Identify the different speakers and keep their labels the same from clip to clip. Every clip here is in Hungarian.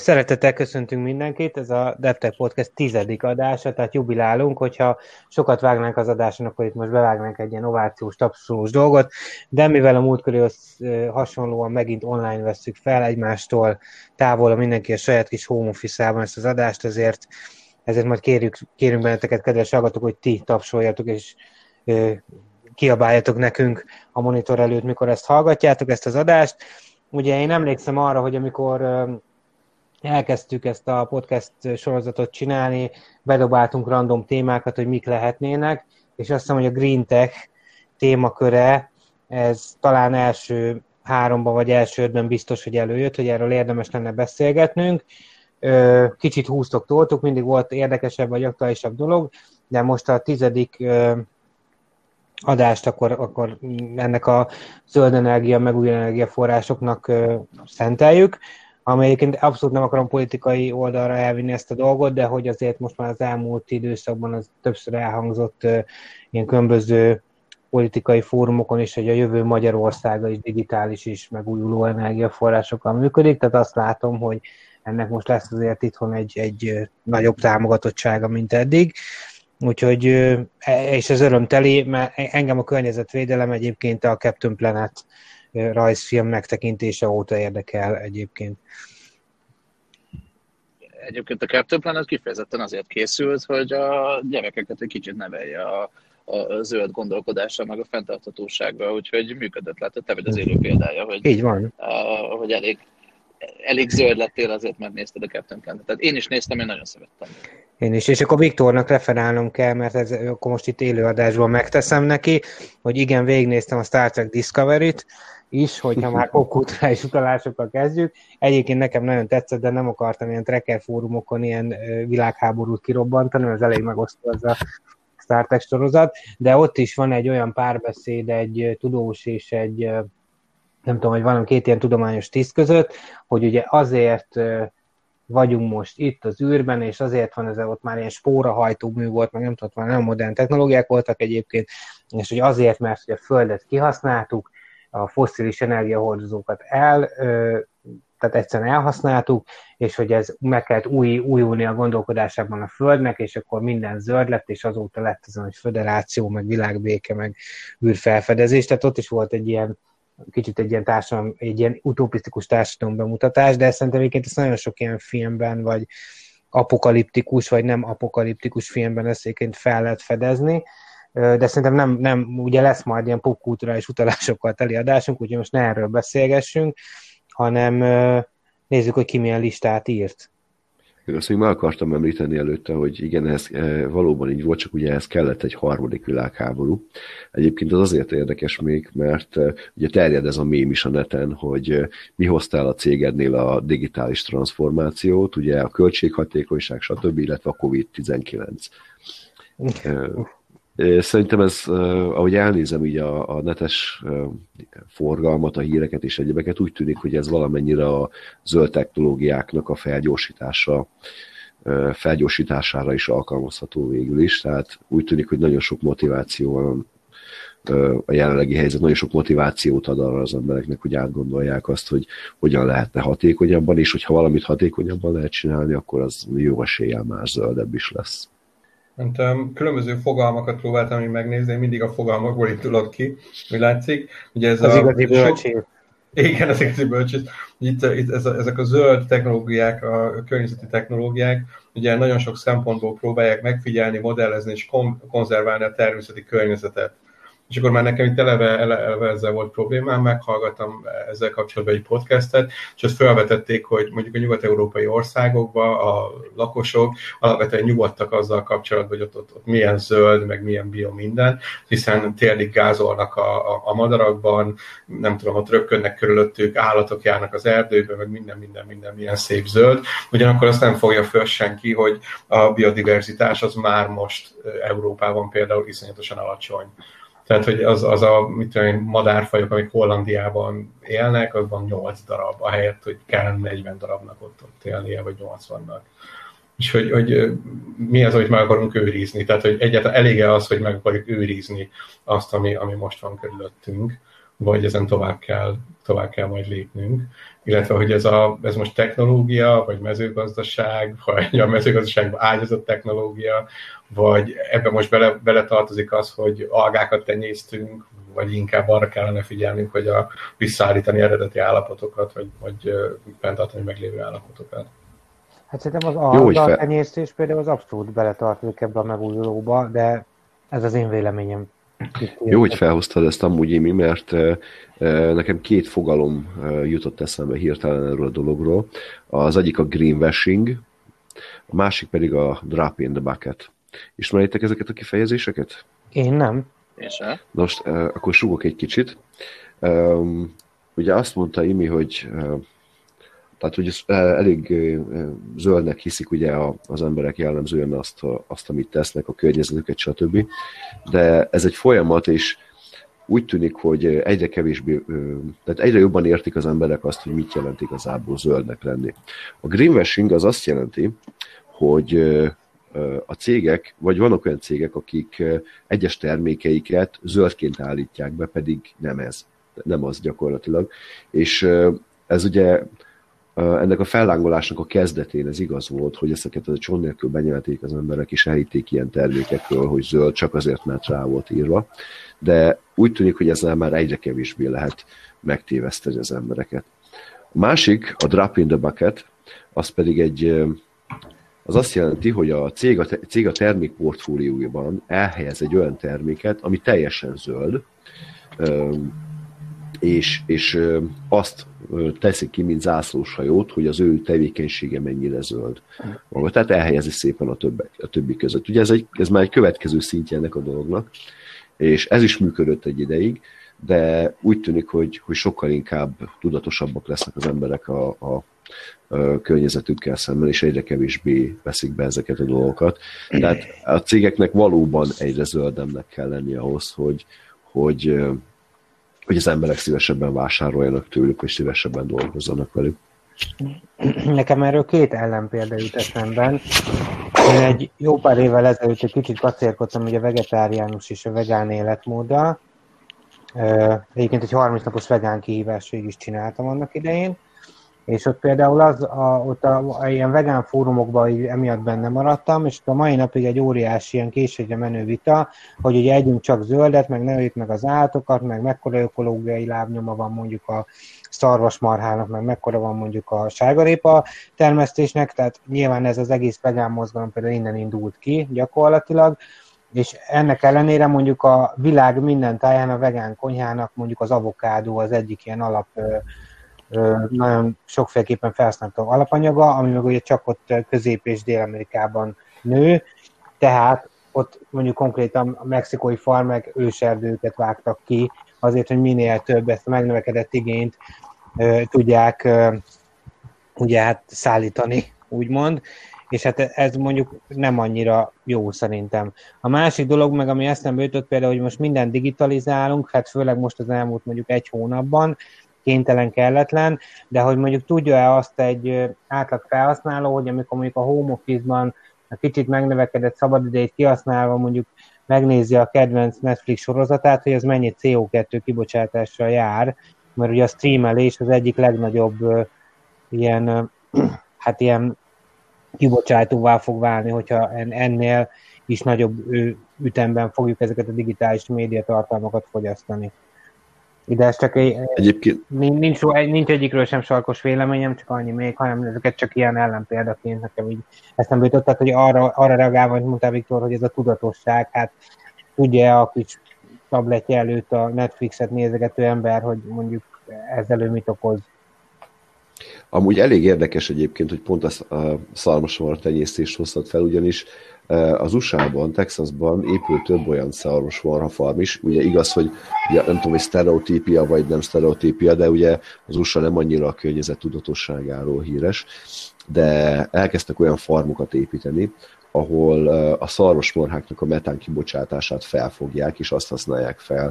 Speaker 1: Szeretettel köszöntünk mindenkit, ez a DevTech Podcast 10. adása, tehát jubilálunk, hogyha sokat vágnánk az adáson, akkor itt most bevágnánk egy ilyen ovációs, tapsolós dolgot, de mivel a múltkorihoz hasonlóan megint online vesszük fel, egymástól távol mindenki a saját kis home office-ában ezt az adást, ezért majd kérünk benneteket, kedves hallgatók, hogy ti tapsoljatok és kiabáljatok nekünk a monitor előtt, mikor ezt hallgatjátok, ezt az adást. Ugye én emlékszem arra, hogy amikor elkezdtük ezt a podcast sorozatot csinálni, bedobáltunk random témákat, hogy mik lehetnének, és azt hiszem, hogy a Green Tech témaköre, ez talán első 3-ban vagy első 5-ben biztos, hogy előjött, hogy erről érdemes lenne beszélgetnünk. Kicsit húztok, toltuk, mindig volt érdekesebb vagy aktuálisabb dolog, de most a 10. adást akkor ennek a zöld energia, megújuló energiaforrásoknak szenteljük, amelyiként abszolút nem akarom politikai oldalra elvinni ezt a dolgot, de hogy azért most már az elmúlt időszakban az többször elhangzott ilyen különböző politikai fórumokon is, hogy a jövő Magyarországa is digitális és megújuló energiaforrásokkal működik, tehát azt látom, hogy ennek most lesz azért itthon egy nagyobb támogatottsága, mint eddig. Úgyhogy, és ez örömteli, mert engem a környezetvédelem egyébként a Captain Planet rajzfilm megtekintése óta érdekel egyébként.
Speaker 2: Egyébként a Captain Planet kifejezetten azért készült, hogy a gyerekeket egy kicsit nevelje a zöld gondolkodásra, meg a fenntarthatóságra, úgyhogy működött, látod, te vagy az élő példája, hogy,
Speaker 1: így van.
Speaker 2: Hogy elég zöld lettél azért, mert nézted a Captain Planet-et. Én is néztem, én nagyon szerettem.
Speaker 1: Én is, és akkor Viktornak referálnom kell, mert akkor most itt élőadásban megteszem neki, hogy igen, végignéztem a Star Trek Discovery-t is, hogyha már popkulturális utalásokkal kezdjük. Egyébként nekem nagyon tetszett, de nem akartam ilyen tracker fórumokon ilyen világháborút kirobbantani, az elég megosztó az a Star Trek sorozat, de ott is van egy olyan párbeszéd, egy tudós és egy, nem tudom, hogy valami két ilyen tudományos tiszt között, hogy ugye azért vagyunk most itt az űrben, és azért van ez, ott már ilyen spórahajtómű volt, meg nem tudom, már nem modern technológiák voltak egyébként, és hogy azért, mert hogy a Földet kihasználtuk, a fosszilis energiahordozókat tehát egyszerűen elhasználtuk, és hogy ez meg kellett újulni a gondolkodásában a Földnek, és akkor minden zöld lett, és azóta lett ez a föderáció, meg világbéke, meg űrfelfedezés, tehát ott is volt egy ilyen kicsit egy ilyen utopisztikus társadalom bemutatás, de szerintem egyébként ezt nagyon sok ilyen filmben, vagy apokaliptikus, vagy nem apokaliptikus filmben ezt egyébként fel lehet fedezni, de szerintem nem ugye lesz majd ilyen popkulturális utalásokkal teli adásunk, úgyhogy most ne erről beszélgessünk, hanem nézzük, hogy ki milyen listát írt.
Speaker 3: Én azt még meg akartam említeni előtte, hogy igen, ez valóban így volt, csak ugye ehhez kellett egy harmadik világháború. Egyébként az azért érdekes még, mert ugye terjed ez a mém is a neten, hogy mi hozta el a cégednél a digitális transformációt, ugye a költséghatékonyság, stb., illetve a COVID-19. Szerintem ez, ahogy elnézem így a netes forgalmat, a híreket és egyebeket, úgy tűnik, hogy ez valamennyire a zöld technológiáknak a felgyorsítására is alkalmazható végül is. Tehát úgy tűnik, hogy nagyon sok motiváció van a jelenlegi helyzet, nagyon sok motivációt ad arra az embereknek, hogy átgondolják azt, hogy hogyan lehetne hatékonyabban, és hogyha valamit hatékonyabban lehet csinálni, akkor az jó eséllyel már zöldebb is lesz.
Speaker 4: Különböző fogalmakat próbáltam megnézni, mindig a fogalmakból indulok ki, mi látszik. Ugye ez
Speaker 1: az igazi bölcsész.
Speaker 4: Igen, az igazi bölcsész. Itt ezek a zöld technológiák, a környezeti technológiák, ugye nagyon sok szempontból próbálják megfigyelni, modellezni és konzerválni a természeti környezetet. És akkor már nekem itt eleve ezzel volt problémám, meghallgattam ezzel kapcsolatban egy podcastet, és azt felvetették, hogy mondjuk a nyugat-európai országokban a lakosok alapvetően nyugodtak azzal kapcsolatban, hogy ott milyen zöld, meg milyen bio minden, hiszen térdig gázolnak a madarakban, nem tudom, ott röpködnek körülöttük, állatok járnak az erdőben, meg minden milyen szép zöld. Ugyanakkor azt nem fogja föl senki, hogy a biodiverzitás az már most Európában például iszonyatosan alacsony. Tehát, hogy az a madárfajok, amik Hollandiában élnek, az van 8 darab, ahelyett, hogy kell 40 darabnak ott élnie, vagy 80-nak. És hogy mi az, amit meg akarunk őrizni. Tehát, hogy egyáltalán elég az, hogy meg akarjuk őrizni azt, ami most van körülöttünk. vagy ezen tovább kell majd lépnünk, illetve hogy ez most technológia, vagy mezőgazdaság, vagy a mezőgazdaságban ágyazott technológia, vagy ebben most bele tartozik az, hogy algákat tenyésztünk, vagy inkább arra kellene figyelnünk, hogy visszaállítani eredeti állapotokat, vagy fenntartani meglévő állapotokat.
Speaker 1: Hát szerintem az algatenyésztés például az abszolút beletartozik ebbe a megújulóba, de ez az én véleményem.
Speaker 3: Jó, hogy felhoztad ezt amúgy, Imi, mert nekem két fogalom jutott eszembe hirtelen erről a dologról. Az egyik a greenwashing, a másik pedig a drop in the bucket. Ismeritek ezeket a kifejezéseket?
Speaker 1: Én nem.
Speaker 2: Én sem.
Speaker 3: Most akkor súgok egy kicsit. Ugye azt mondta Imi, hogy tehát, hogy elég zöldnek hiszik ugye az emberek jellemzően azt, amit tesznek, a környezetüket, stb. De ez egy folyamat, és úgy tűnik, hogy egyre kevésbé, tehát egyre jobban értik az emberek azt, hogy mit jelent igazából zöldnek lenni. A greenwashing az azt jelenti, hogy a cégek, vagy vannak olyan cégek, akik egyes termékeiket zöldként állítják be, pedig nem az gyakorlatilag. És ez ugye ennek a fellángolásnak a kezdetén ez igaz volt, hogy ezeket a csont nélkül benyelték az emberek, és elhitték ilyen termékekről, hogy zöld, csak azért, mert rá volt írva. De úgy tűnik, hogy ezzel már egyre kevésbé lehet megtéveszteni az embereket. A másik, a drop in the bucket, az pedig az azt jelenti, hogy a cég a termékportfóliójában elhelyez egy olyan terméket, ami teljesen zöld, és azt teszik ki, mint zászlóshajót, hogy az ő tevékenysége mennyire zöld. Tehát elhelyezi szépen a többi között. Ugye ez már egy következő szintje ennek a dolognak, és ez is működött egy ideig, de úgy tűnik, hogy sokkal inkább tudatosabbak lesznek az emberek a környezetükkel szemben, és egyre kevésbé veszik be ezeket a dolgokat. Tehát a cégeknek valóban egyre zöldebbnek kell lenni ahhoz, hogy az emberek szívesebben vásároljanak tőlük, és szívesebben dolgozzanak velük.
Speaker 1: Nekem erről két ellenpélda jut eszemben. Én egy jó pár évvel ezelőtt egy kicsit kacérkodtam ugye a vegetáriánus és a vegán életmóddal. Egyébként egy 30 napos vegán kihívást is csináltam annak idején, és ott például ilyen vegán fórumokban emiatt benne maradtam, és a mai napig egy óriási ilyen későre menő vita, hogy ugye együnk csak zöldet, meg ne öljük meg az állatokat, meg mekkora ökológiai lábnyoma van mondjuk a szarvasmarhának, meg mekkora van mondjuk a sárgarépa termesztésnek, tehát nyilván ez az egész vegán mozgalom például innen indult ki gyakorlatilag, és ennek ellenére mondjuk a világ minden táján a vegán konyhának mondjuk az avokádó az egyik ilyen alap nagyon sokféleképpen felhasználható alapanyaga, ami meg ugye csak ott Közép- és Dél-Amerikában nő, tehát ott mondjuk konkrétan a mexikói farmek őserdőket vágtak ki, azért, hogy minél több ezt a megnövekedett igényt tudják ugye hát szállítani, úgymond, és hát ez mondjuk nem annyira jó szerintem. A másik dolog meg, ami eszembe jutott például, hogy most mindent digitalizálunk, hát főleg most az elmúlt mondjuk egy hónapban, kénytelen, kelletlen, de hogy mondjuk tudja-e azt egy átlag felhasználó, hogy amikor mondjuk a home office-ban a kicsit megnövekedett szabadidejét kihasználva mondjuk megnézi a kedvenc Netflix sorozatát, hogy ez mennyi CO2 kibocsátással jár, mert ugye a streamelés az egyik legnagyobb ilyen kibocsátóvá fog válni, hogyha ennél is nagyobb ütemben fogjuk ezeket a digitális médiatartalmakat fogyasztani. De ez csak egyébként nincs egyikről sem sarkos véleményem, csak annyi még, hanem ezeket csak ilyen ellenpéldaként nekem így eszembe jutott, tehát hogy arra reagálva, hogy mondtál Viktor, hogy ez a tudatosság, hát tudja a kis tabletje előtt a Netflixet nézegető ember, hogy mondjuk ezzel ő mit okoz.
Speaker 3: Amúgy elég érdekes egyébként, hogy pont a szarvasmarha tenyésztést hoztad fel, ugyanis az USA-ban, Texasban épült több olyan szarvasmarha farm is. Ugye igaz, hogy ugye, nem tudom, hogy sztereotípia vagy nem sztereotípia, de ugye az USA nem annyira a környezet tudatosságáról híres, de elkezdtek olyan farmokat építeni, ahol a szarvasmarháknak a metán kibocsátását felfogják, és azt használják fel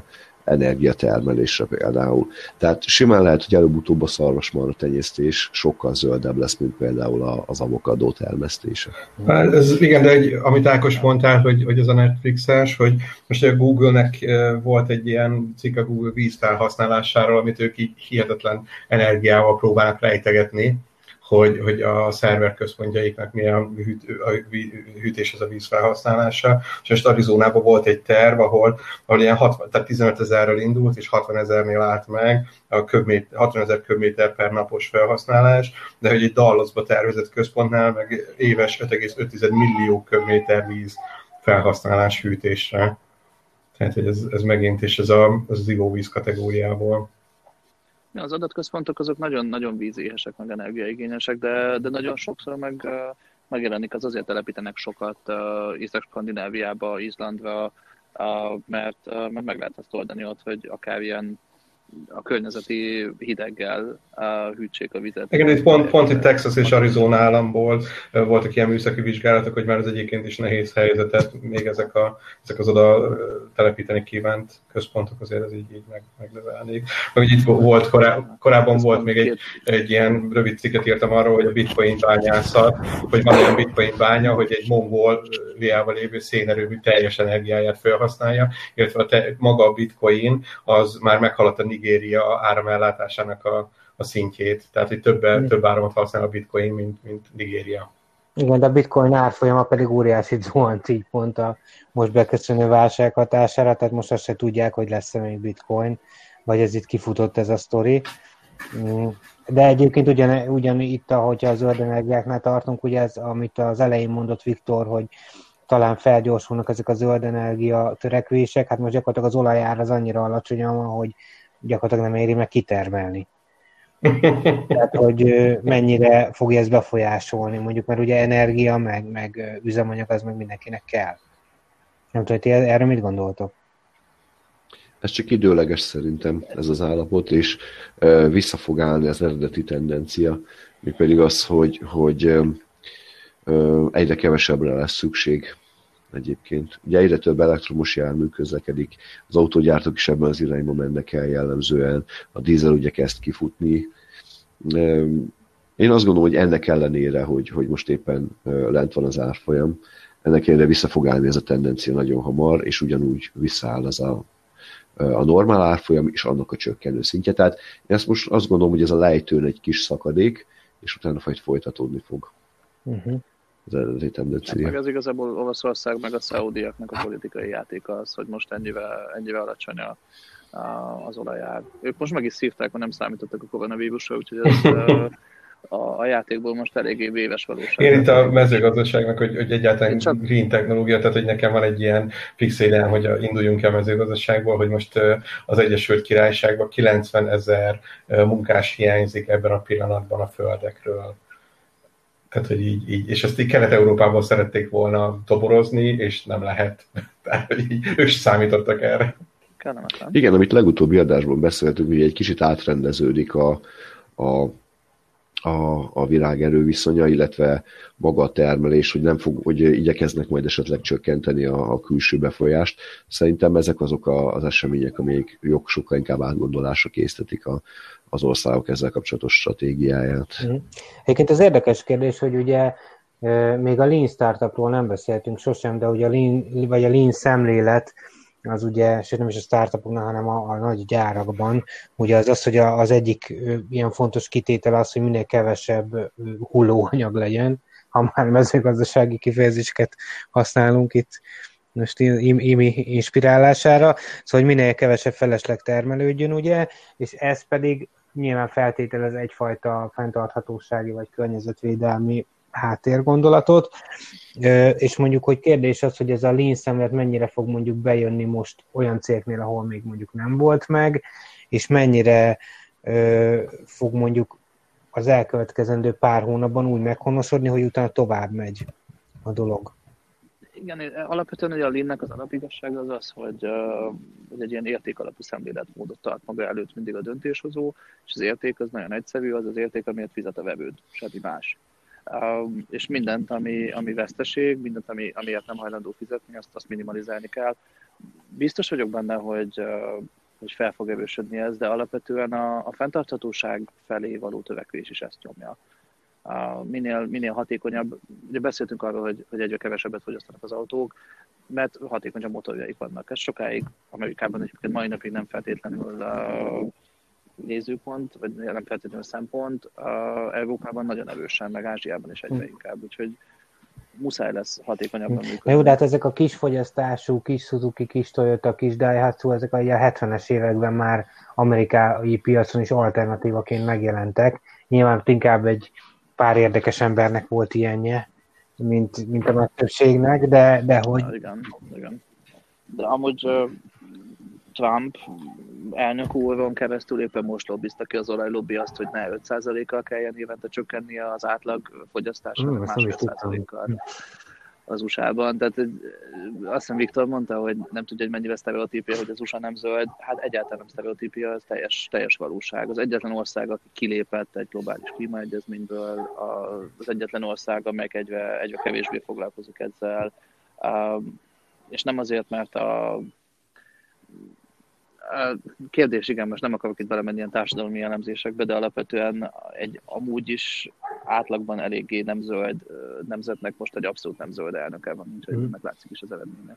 Speaker 3: energiatermelésre például. Tehát simán lehet, hogy előbb-utóbb a szarvasmarha tenyésztés sokkal zöldebb lesz, mint például az avokadó termesztése.
Speaker 4: Ez, igen, de amit Ákos mondtál, hogy ez a Netflixes, hogy most a Google-nek volt egy ilyen cikk a Google víz felhasználásáról, amit ők így hihetetlen energiával próbálnak rejtegetni, hogy a szerver központjaiknak milyen hűtés ez a víz felhasználása. És most Arizonában volt egy terv, ahol ilyen 15 000-ről indult, és 60 000-nél állt meg a 60 000 köbméter per napos felhasználás, de hogy egy Dallasba tervezett központnál meg éves 5,5 millió köbméter víz felhasználás hűtésre. Tehát, hogy ez megint is az ivóvíz kategóriából.
Speaker 2: Ja, az adatközpontok azok nagyon vízéhesek, meg energiaigényesek, de nagyon sokszor megjelenik, az azért telepítenek sokat Észak-Skandináviába, Izlandra, mert meg lehet azt oldani ott, hogy akár ilyen a környezeti hideggel hűtsék a vizet.
Speaker 4: Igen, itt pont itt Texas és Arizona államból voltak ilyen műszaki vizsgálatok, hogy már az egyébként is nehéz helyzetet, még ezek az oda telepíteni kívánt központok azért ez így megnövelnék. Meg itt volt korábban volt még egy ilyen rövid cikket írtam arról, hogy a bitcoin bányászat, hogy van olyan bitcoin bánya, hogy egy Mongóliában lévő szénerőmű teljes energiáját felhasználja, illetve maga a bitcoin az már meghaladta Nigéria áramellátásának a szintjét, tehát hogy több áramot használ a bitcoin, mint Nigéria.
Speaker 1: Igen, de a bitcoin árfolyama pedig óriási zuhant így pont a most beköszönő válság hatására, tehát most azt se tudják, hogy lesz-e még bitcoin, vagy ez itt kifutott ez a sztori. De egyébként ugyan itt, ahogy a zöld energiáknál tartunk, ugye ez, amit az elején mondott Viktor, hogy talán felgyorsulnak ezek a zöld energia törekvések, hát most gyakorlatilag az olajár az annyira alacsony, hogy gyakorlatilag nem éri meg kitermelni. Tehát, hogy mennyire fogja ezt befolyásolni, mondjuk, mert ugye energia, meg üzemanyag, az meg mindenkinek kell. Nem tudom, hogy erre mit gondoltok?
Speaker 3: Ez csak időleges szerintem ez az állapot, és vissza fog állni az eredeti tendencia, még pedig az, hogy egyre kevesebbre lesz szükség egyébként. Ugye egyre több elektromos jármű közlekedik, az autógyártók is ebben az irányba mennek el jellemzően, a dízel ugye kezd kifutni. Én azt gondolom, hogy ennek ellenére, hogy most éppen lent van az árfolyam, ennek ellenére vissza fog állni ez a tendencia nagyon hamar, és ugyanúgy visszaáll az a normál árfolyam és annak a csökkenő szintje. Tehát én most azt gondolom, hogy ez a lejtőn egy kis szakadék, és utána folytatódni fog. Az eredeti tendencia.
Speaker 2: Meg ez igazából Olaszország, meg a szaudiaknak a politikai játéka az, hogy most ennyivel alacsony az olajár. Ők most meg is szívták, mert nem számítottak a koronavírusra, úgyhogy ez a játékból most eléggé véves valóság.
Speaker 4: Én itt a mezőgazdaságnak, hogy egyáltalán green technológia, tehát hogy nekem van egy ilyen fix élem, hogy induljunk el mezőgazdaságból, hogy most az Egyesült Királyságban 90 000 munkás hiányzik ebben a pillanatban a földekről. Tehát, hogy így, és ezt így Kelet-Európából szerették volna toborozni, és nem lehet. Tehát, hogy így, ők számítottak erre.
Speaker 3: Igen, amit legutóbbi adásban beszéltünk, hogy egy kicsit átrendeződik a világ erőviszonya, illetve maga a termelés, hogy igyekeznek majd esetleg csökkenteni a külső befolyást. Szerintem ezek azok az események, amelyek sokkal inkább átgondolásra késztetik az országok ezzel kapcsolatos stratégiáját.
Speaker 1: Egyébként az érdekes kérdés, hogy ugye még a Lean Startupról nem beszéltünk sosem, de ugye a Lean szemlélet az ugye, sőt nem is a startupoknál, hanem a nagy gyárakban, ugye az, hogy az egyik ilyen fontos kitétel az, hogy minél kevesebb hullóanyag legyen, ha már mezőgazdasági kifejezéseket használunk itt most IMI inspirálására, szóval hogy minél kevesebb felesleg termelődjön, ugye, és ez pedig nyilván feltételez egyfajta fenntarthatósági vagy környezetvédelmi háttérgondolatot, és mondjuk, hogy kérdés az, hogy ez a lean szemlélet mennyire fog mondjuk bejönni most olyan cégnél, ahol még mondjuk nem volt meg, és mennyire fog mondjuk az elkövetkezendő pár hónapban úgy meghonosodni, hogy utána tovább megy a dolog.
Speaker 2: Igen, alapvetően ugye a Lean-nek az alapigazság az az, hogy egy ilyen értékalapú szemléletmódot tart maga előtt mindig a döntéshozó, és az érték az nagyon egyszerű, az érték, amiért fizet a vevőd, semmi más. És mindent, ami veszteség, mindent, amiért nem hajlandó fizetni, azt minimalizálni kell. Biztos vagyok benne, hogy hogy fel fog erősödni ez, de alapvetően a fenntarthatóság felé való törekvés is ezt nyomja. Minél hatékonyabb, ugye beszéltünk arról, hogy egyre kevesebbet fogyasztanak az autók, mert hatékonyabb motorjaik vannak. Ez sokáig Amerikában egyébként mai napig nem feltétlenül nézőpont, vagy nem feltétlenül szempont, Európában nagyon erősen, meg Ázsiában is egyre inkább, úgyhogy muszáj lesz hatékonyabban működni.
Speaker 1: Jó, de hát ezek a kis fogyasztású, kis Suzuki, kis Toyota, kis Daihatsu, ezek a 70-es években már amerikai piacon is alternatívaként megjelentek. Nyilván inkább egy pár érdekes embernek volt ilyenje, mint a nagy többségnek, de hogy...
Speaker 2: Igen. De amúgy Trump elnök úron keresztül éppen most lobbizta ki az olajlobbi azt, hogy ne 5%-kal kelljen évente csökkennie az átlag fogyasztásnak, 1,5%-kal az USA-ban. Tehát azt hiszem Viktor mondta, hogy nem tudja, hogy mennyire sztereotípia, hogy az USA nem zöld. Hát egyáltalán nem sztereotípia, ez teljes valóság. Az egyetlen ország, aki kilépett egy globális klímaegyezményből, az egyetlen ország, amelyik egyre kevésbé foglalkozik ezzel. És nem azért, mert a kérdés, igen, most nem akarok itt belemenni ilyen társadalmi elemzésekbe, de alapvetően egy amúgy is átlagban eléggé nem zöld nemzetnek most egy abszolút nem zöld elnöke van, úgyhogy ennek látszik is az eredménye.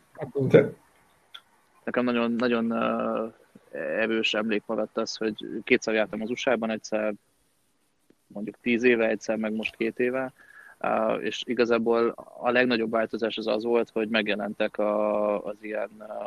Speaker 2: Nekem nagyon, nagyon erős emlék maradt az, hogy kétszer jártam az USA-ban, egyszer mondjuk 10 éve, egyszer meg most 2 éve, és igazából a legnagyobb változás az volt, hogy megjelentek az ilyen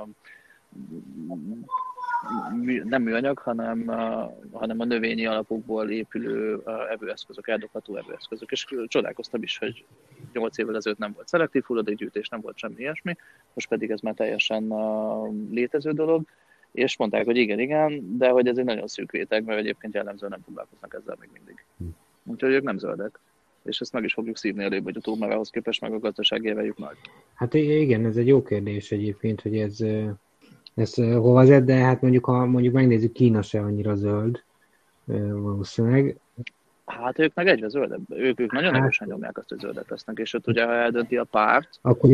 Speaker 2: nem műanyag, hanem a növényi alapokból épülő evőeszközök, eldobható evőeszközök. És csodálkoztam is, hogy 8 évvel ezelőtt nem volt szelektív hulladékgyűjtés, nem volt semmi ilyesmi, most pedig ez már teljesen létező dolog, és mondták, hogy igen, de hogy ez egy nagyon szűk réteg, mert egyébként jellemzően nem foglalkoznak ezzel még mindig. Úgyhogy ők nem zöldek. És ezt meg is fogjuk szívni előbb, vagy utóbb, mert ahhoz képest meg a gazdasági érvejük nagy.
Speaker 1: Hát igen, ez egy jó kérdés egyébként, hogy ez hova vezet, de hát mondjuk megnézzük, Kína se annyira zöld valószínűleg.
Speaker 2: Hát ők meg egyre zöldebb. Ők nagyon erősen nyomják azt, hogy zöldek lesznek, és ott ugye, ha eldönti a párt, akkor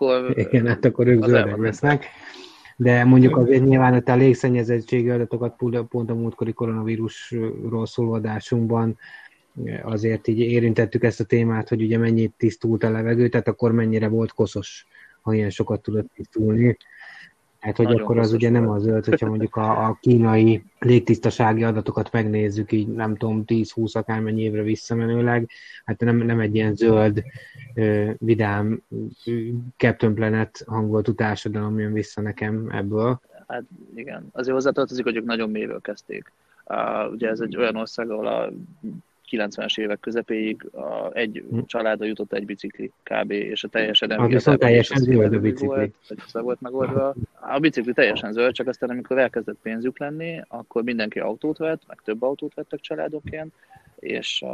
Speaker 1: ők zöldek lesznek. De mondjuk azért nyilván a légszennyezettségi adatokat pont a múltkori koronavírusról szóló adásunkban azért így érintettük ezt a témát, hogy ugye mennyit tisztult a levegő, tehát akkor mennyire volt koszos, ha ilyen sokat tudott tisztulni. Hát, hogy nagyon akkor az ugye nem az zöld, hogyha mondjuk a kínai légtisztasági adatokat megnézzük, így nem tudom, 10-20 akármennyi évre visszamenőleg, hát nem egy ilyen zöld, vidám, Captain Planet hangulatú társadalom jön vissza nekem ebből.
Speaker 2: Hát igen, azért hozzátartozik, hogy ők nagyon mélyről kezdték. Ugye ez egy olyan ország, ahol a 90-es évek közepéig egy családra jutott egy bicikli kb. És a teljes
Speaker 1: viszont teljesen zöld a bicikli.
Speaker 2: Volt megoldva. A bicikli teljesen zöld, csak aztán amikor elkezdett pénzük lenni, akkor mindenki autót vett, meg több autót vettek családonként, és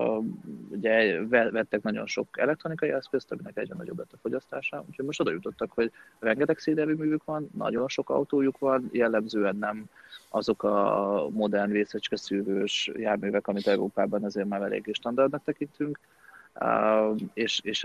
Speaker 2: ugye vettek nagyon sok elektronikai eszközt, aminek egyre nagyobb lett a fogyasztása. Úgyhogy most oda jutottak, hogy rengeteg szélerőművük van, nagyon sok autójuk van, jellemzően nem azok a modern részecskeszűrős járművek, amit Európában azért már eléggé standardnak tekintünk, és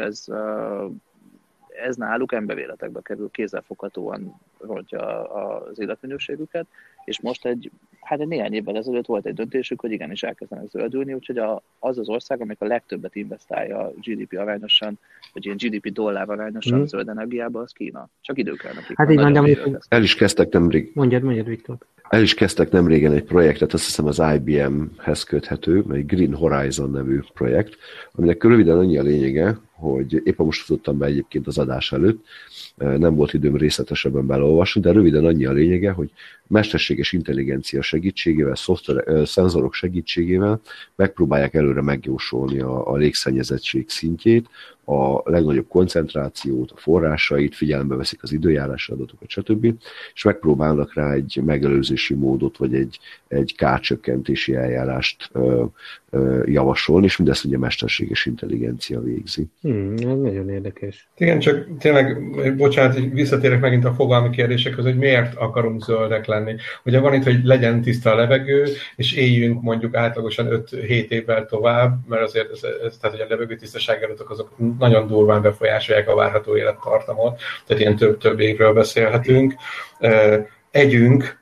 Speaker 2: ez náluk emberéletekbe kerül, kézzelfoghatóan rontja az életminőségüket, és most egy néhány évvel ezelőtt volt egy döntésük, hogy igenis elkezdenek zöldülni, úgyhogy az ország, amelyik a legtöbbet investálja GDP arányosan, vagy ilyen GDP dollár arányosan zöld energiába, az Kína. Csak idő kell nekik.
Speaker 1: Hát így van, de
Speaker 3: el is kezdtek nemrég.
Speaker 1: Mondjad, Viktor.
Speaker 3: El is kezdtek nemrégen egy projektet, azt hiszem az IBM-hez köthető, egy Green Horizon nevű projekt, aminek röviden annyi a lényege, hogy éppen most futottam be egyébként az adás előtt, nem volt időm részletesebben beleolvasni, de röviden annyi a lényege, hogy mesterséges intelligencia segítségével, szenzorok segítségével megpróbálják előre megjósolni a légszennyezettség szintjét, a legnagyobb koncentrációt, a forrásait, figyelembe veszik az időjárási adatokat, stb. És megpróbálnak rá egy megelőzési módot, vagy egy kárcsökkentési eljárást javasolni, és mindezt ugye mesterséges intelligencia végzi.
Speaker 1: Ez nagyon érdekes.
Speaker 4: Igen, csak tényleg, bocsánat, hogy visszatérek megint a fogalmi kérdésekhez, hogy miért akarunk zöldek lenni. Ugye van itt, hogy legyen tiszta a levegő, és éljünk mondjuk átlagosan 5-7 évvel tovább, mert azért tehát, hogy a levegő tisztasági adatok azok nagyon durván befolyásolják a várható élettartamot, tehát ilyen több évről beszélhetünk. Együnk,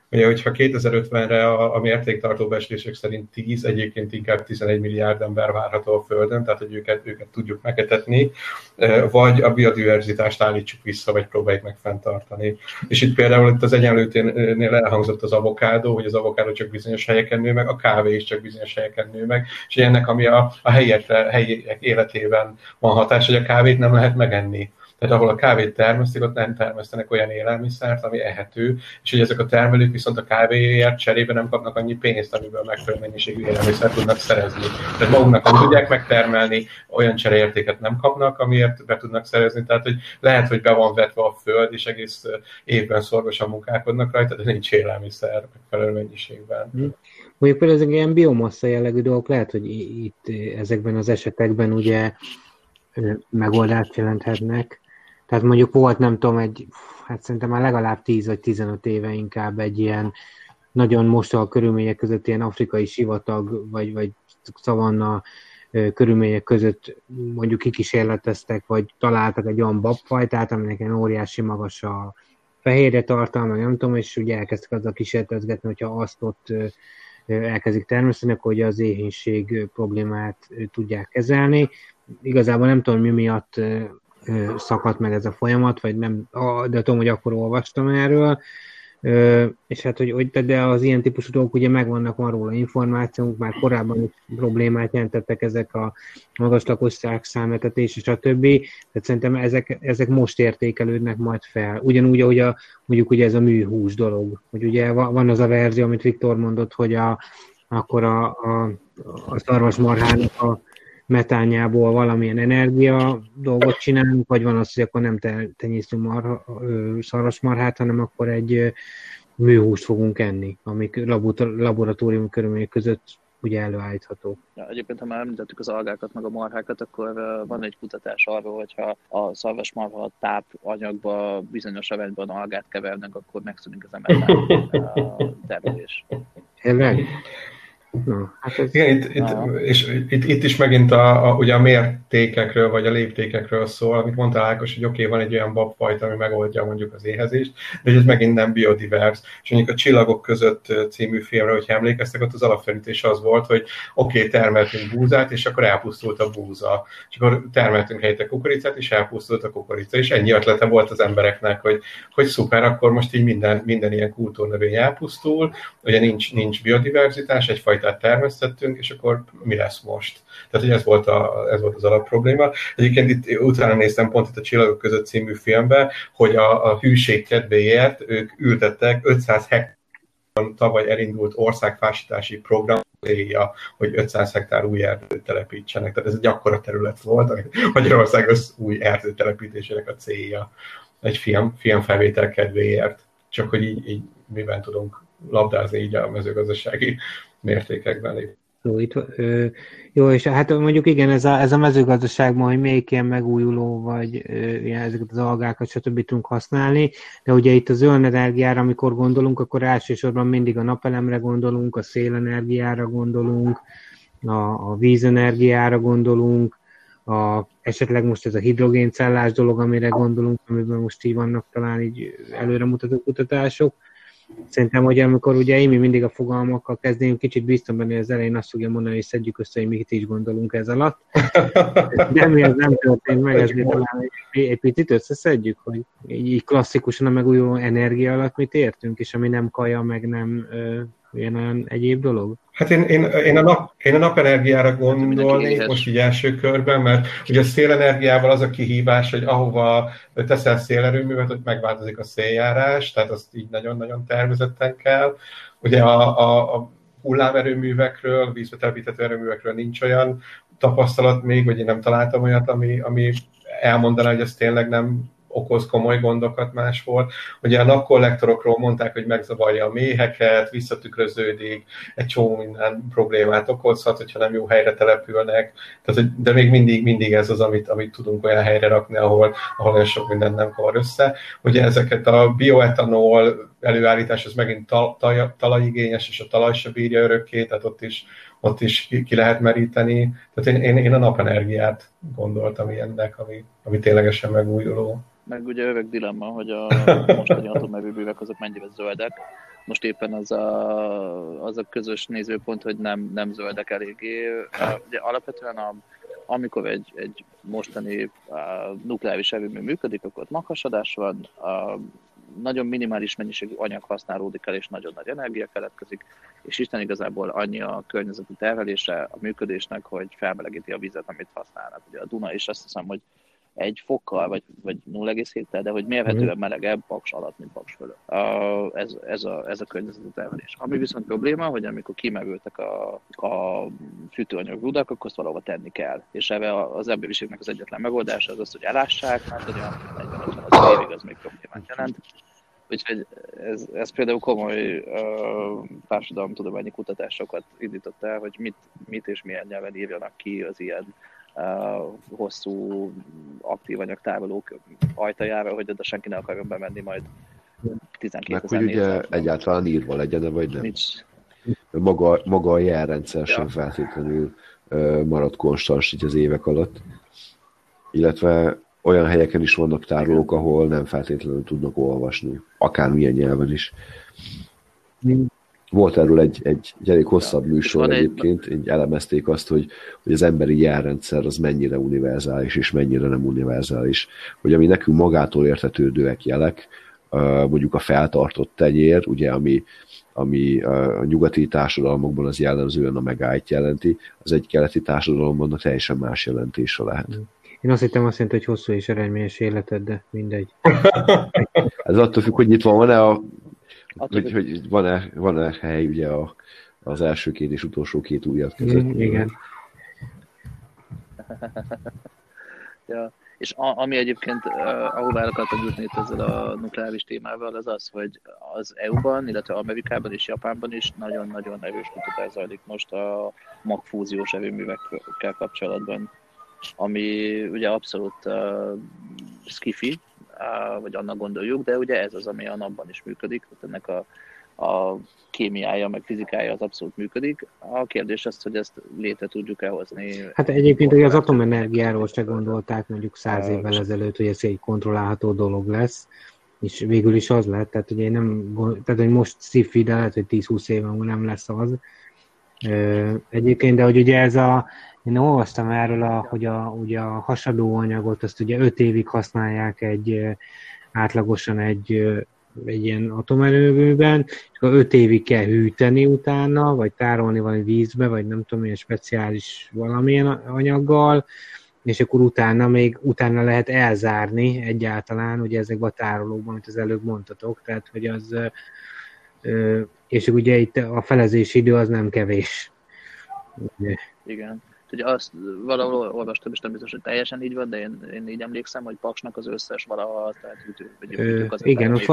Speaker 4: Ugye, hogyha 2050-re a mértéktartó becslések szerint 10, egyébként inkább 11 milliárd ember várható a Földön, tehát hogy őket tudjuk megetetni, vagy a biodiverzitást állítsuk vissza, vagy próbáljuk meg fenntartani. És itt például itt az Egyenlőténél elhangzott az avokádó, hogy az avokádó csak bizonyos helyeken nő meg, a kávé is csak bizonyos helyeken nő meg, és ennek, ami a helyiek életében van hatás, hogy a kávét nem lehet megenni. Tehát ahol a kávét termesztik, ott nem termesztenek olyan élelmiszert, ami ehető, és hogy ezek a termelők viszont a kávéért cserébe nem kapnak annyi pénzt, amiből megfelelő mennyiségű élelmiszert tudnak szerezni. Tehát maguknak nem tudják megtermelni, olyan csereértéket nem kapnak, amiért be tudnak szerezni. Tehát hogy lehet, hogy be van vetve a föld, és egész évben szorgosan munkálkodnak rajta, de nincs élelmiszer megfelelő mennyiségben.
Speaker 1: Mondjuk például ezek ilyen biomassa jellegű dolgok, lehet, hogy itt ezekben az esetekben ugye megoldást jelenthetnek. Tehát mondjuk volt, nem tudom, hát szerintem már legalább 10 vagy 15 éve inkább egy ilyen nagyon mostoha körülmények között ilyen afrikai sivatag, vagy szavanna körülmények között mondjuk kikísérleteztek, vagy találtak egy olyan babfajtát, aminek ilyen óriási magas a fehérje tartalma, nem tudom, és ugye elkezdtek azzal kísérletezgetni, hogyha azt ott elkezdik termeszteni, akkor ugye az éhínség problémát tudják kezelni. Igazából nem tudom, mi miatt szakadt meg ez a folyamat, vagy nem, de tudom, hogy akkor olvastam erről, és hát, de az ilyen típusú dolgok ugye megvannak, van róla információnk, már korábban is problémát jelentettek ezek a magas lakosság számetetés, és a többi, tehát szerintem ezek most értékelődnek majd fel. Ugyanúgy, ahogy mondjuk ugye ez a műhús dolog, hogy ugye van az a verzió, amit Viktor mondott, hogy akkor a szarvasmarhának a metányából valamilyen energia dolgot csinálunk, vagy van az, hogy akkor nem tenyésztünk szarvasmarhát, hanem akkor egy műhúst fogunk enni, amik laboratórium körülmények között ugye előállítható.
Speaker 2: Ja, egyébként, ha már említettük az algákat, meg a marhákat, akkor van egy kutatás arról, hogyha a szarvasmarha tápanyagba bizonyos arányban algát kevernek, akkor megszűnik az emetán termelés.
Speaker 1: Tényleg?
Speaker 4: No, hát ez... Igen, itt is megint ugye a mértékekről, vagy a léptékekről szól, amit mondta Ákos, hogy oké, van egy olyan babfajta, ami megoldja mondjuk az éhezést, de ez megint nem biodivers. És mondjuk a Csillagok között című filmre, hogyha emlékeztek, ott az alapfelütés az volt, hogy oké, termeltünk búzát, és akkor elpusztult a búza. És akkor termeltünk helyette kukoricát, és elpusztult a kukorica. És ennyi ötlete volt az embereknek, hogy szuper, akkor most így minden ilyen kultúrnövény elpusztul, ugye nincs biodiverzitás, egyfajta termesztettünk, és akkor mi lesz most? Tehát, hogy ez volt az alapprobléma. Egyébként itt utána néztem pont itt a Csillagok között című filmben, hogy a hűség kedvéért ők ültettek 500 hektáron tavaly elindult országfásítási program célja, hogy 500 hektár új erdőt telepítsenek. Tehát ez egy akkora terület volt, ami Magyarország új erdő telepítésének a célja. Egy filmfelvétel kedvéért. Csak hogy így miben tudunk labdázni így a mezőgazdasági mértékekben.
Speaker 1: Jó, és hát mondjuk igen, ez a mezőgazdaságban, hogy melyik ilyen megújuló, vagy ezeket az algákat, stb. Tudunk használni, de ugye itt a zöld energiára, amikor gondolunk, akkor elsősorban mindig a napelemre gondolunk, a szélenergiára gondolunk, a vízenergiára gondolunk, esetleg most ez a hidrogéncellás dolog, amire gondolunk, amiben most így vannak talán így előremutató kutatások. Szerintem, hogy amikor ugye Amy mindig a fogalmakkal kezdünk, kicsit bíztam benne, hogy az elején azt fogja mondani, hogy szedjük össze, hogy mit is gondolunk ez alatt. De mi ez nem történt meg, ezért talán egy picit összeszedjük, hogy így klasszikusan a megújuló energia alatt mit értünk, és ami nem kaja, meg nem olyan egyéb dolog.
Speaker 4: Hát én a napenergiára gondolnék most így első körben, mert ugye a szélenergiával az a kihívás, hogy ahova teszel szélerőművet, ott megváltozik a széljárás, tehát azt így nagyon-nagyon tervezetten kell. Ugye a hullámerőművekről, vízbe telepíthető erőművekről nincs olyan tapasztalat még, vagy én nem találtam olyat, ami elmondaná, hogy ez tényleg nem okoz komoly gondokat máshol. Ugye a napkollektorokról mondták, hogy megzavarja a méheket, visszatükröződik, egy csomó minden problémát okozhat, hogyha nem jó helyre települnek. Tehát, de még mindig ez az, amit tudunk olyan helyre rakni, ahol olyan sok minden nem kavar össze. Ugye ezeket a bioetanol előállítás, az megint talajigényes, és a talaj se bírja örökké, tehát ott is ki lehet meríteni. Tehát én a napenergiát gondoltam ilyennek, ami ténylegesen megújuló.
Speaker 2: Meg ugye örök dilemma, hogy a mostani atomerőművek azok mennyire zöldek, most éppen az a közös nézőpont, hogy nem zöldek eléggé. Ugye alapvetően amikor egy mostani nukleáris erőmű működik, akkor ott maghasadás van, nagyon minimális mennyiségű anyag használódik el, és nagyon nagy energia keletkezik, és Isten igazából annyi a környezeti terhelése a működésnek, hogy felmelegíti a vizet, amit használnak. Ugye a Duna is azt hiszem, hogy 1 fokkal, vagy 0,7-tel, de hogy mérhetően melegebb Paks alatt, mint Paks fölött. Ez a környezeti terhelés. Ami viszont probléma, hogy amikor kimerültek a fűtőanyag rudak, akkor azt valahova tenni kell. És erre az emberiségnek az egyetlen megoldása az, hogy elássák, mert olyan 40-50 évig az még problémát jelent. Úgyhogy ez például komoly társadalomtudományi kutatásokat indított el, hogy mit és milyen nyelven írjanak ki az ilyen hosszú aktív anyagtárolók ajtajára, hogy oda senki ne akarjon bemenni majd 12
Speaker 3: meg hogy ugye egyáltalán írva legyen, vagy nem.
Speaker 2: Nincs.
Speaker 3: Maga a jelrendszer sem feltétlenül marad konstans így az évek alatt. Illetve olyan helyeken is vannak tárolók, ahol nem feltétlenül tudnak olvasni. Akármilyen nyelven is. Volt erről egy elég hosszabb műsor egyébként, így elemezték azt, hogy az emberi jelrendszer az mennyire univerzális és mennyire nem univerzális. Hogy ami nekünk magától értetődőek jelek, mondjuk a feltartott tenyér, ugye ami a nyugati társadalmakban az jellemzően a megállt jelenti, az egy keleti társadalomban teljesen más jelentése lehet.
Speaker 1: Én azt hittem azt jelenti, hogy hosszú és eredményes életed, de mindegy.
Speaker 3: Ez attól függ, hogy nyitva van-e hogy van-e hely ugye az első 2 és utolsó 2 ujjat között.
Speaker 1: Igen.
Speaker 2: Ja. És ami egyébként, ahová el akartam jutni itt ezzel a nukleáris témával, az az, hogy az EU-ban, illetve Amerikában és Japánban is nagyon-nagyon erős kutatás zajlik most a magfúziós erőművekkel kapcsolatban, ami ugye abszolút skifi, vagy annak gondoljuk, de ugye ez az, ami a napban is működik, tehát ennek a kémiája, meg fizikája az abszolút működik. A kérdés az, hogy ezt létre tudjuk-e hozni. Hát
Speaker 1: egyébként ugye az atomenergiáról se gondolták mondjuk 100 évvel ezelőtt, hogy ez egy kontrollálható dolog lesz, és végül is az lett, tehát ugye tehát hogy most sci-fi, de lehet, hogy 10-20 éven múlva nem lesz az. Egyébként, de hogy ugye én olvastam erről, hogy ugye a hasadó anyagot, azt ugye 5 évig használják átlagosan egy ilyen atomerőműben, és akkor 5 évig kell hűteni utána, vagy tárolni valami vízbe, vagy nem tudom, milyen speciális valamilyen anyaggal, és akkor utána lehet elzárni egyáltalán, ugye ezekben a tárolókban, amit az előbb mondtatok, tehát hogy az, és ugye itt a felezési idő az nem kevés.
Speaker 2: Ugye. Igen. Ugye azt valahol olvastam, és nem biztos, hogy teljesen így van, de én így emlékszem, hogy Paksnak az összes valaha tehát hűtők az
Speaker 1: igen, ott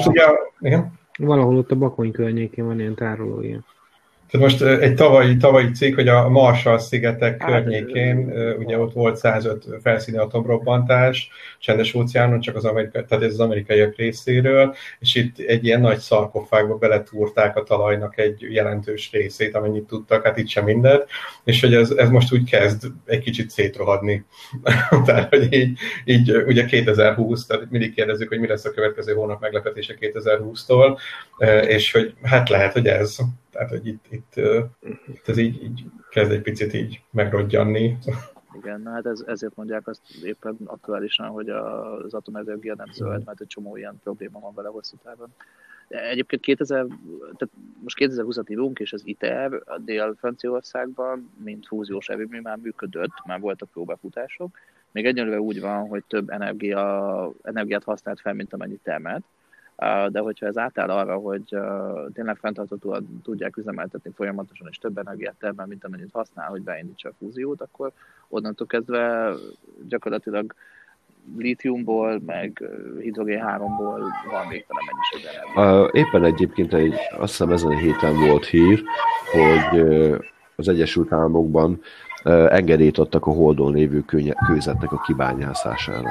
Speaker 1: valahol ott a Bakony környékén van ilyen tárolója.
Speaker 4: Tehát most egy tavalyi cikk, hogy a Marshall-szigetek környékén, ugye ott volt 105 felszíni atomrobbantás, csendes óceánon, csak tehát ez az amerikaiak részéről, és itt egy ilyen nagy szarkofágba beletúrták a talajnak egy jelentős részét, amennyit tudtak, hát itt sem mindent, és hogy ez most úgy kezd egy kicsit szétrohadni. Tehát, hogy így ugye 2020, tehát mindig kérdezzük, hogy mi lesz a következő hónap meglepetése 2020-tól, és hogy hát lehet, hogy ez. Tehát, hogy itt ez így kezd egy picit így megrodjanni.
Speaker 2: Igen, hát ezért mondják azt éppen aktuálisan, hogy az atomenergia nem zöld, mert egy csomó ilyen probléma van vele hosszú távon. Egyébként tehát most 2020-at írunk, és az ITER a Dél-Franciaországban, mint fúziós erőmű már működött, már voltak próbafutások. Még egyelőre úgy van, hogy több energiát használt fel, mint amennyit termelt. De hogyha ez átáll arra, hogy tényleg fenntarthatóan tudják üzemeltetni folyamatosan, és több energiát termel, mint amennyit használ, hogy beindítsa a fúziót, akkor onnantól kezdve gyakorlatilag lítiumból, meg hidrogén-3-ból van végtelen mennyiség energia.
Speaker 3: Éppen egyébként azt hiszem ezen a héten volt hír, hogy az Egyesült Államokban engedélyt adtak a Holdon lévő kőzetnek a kibányászására.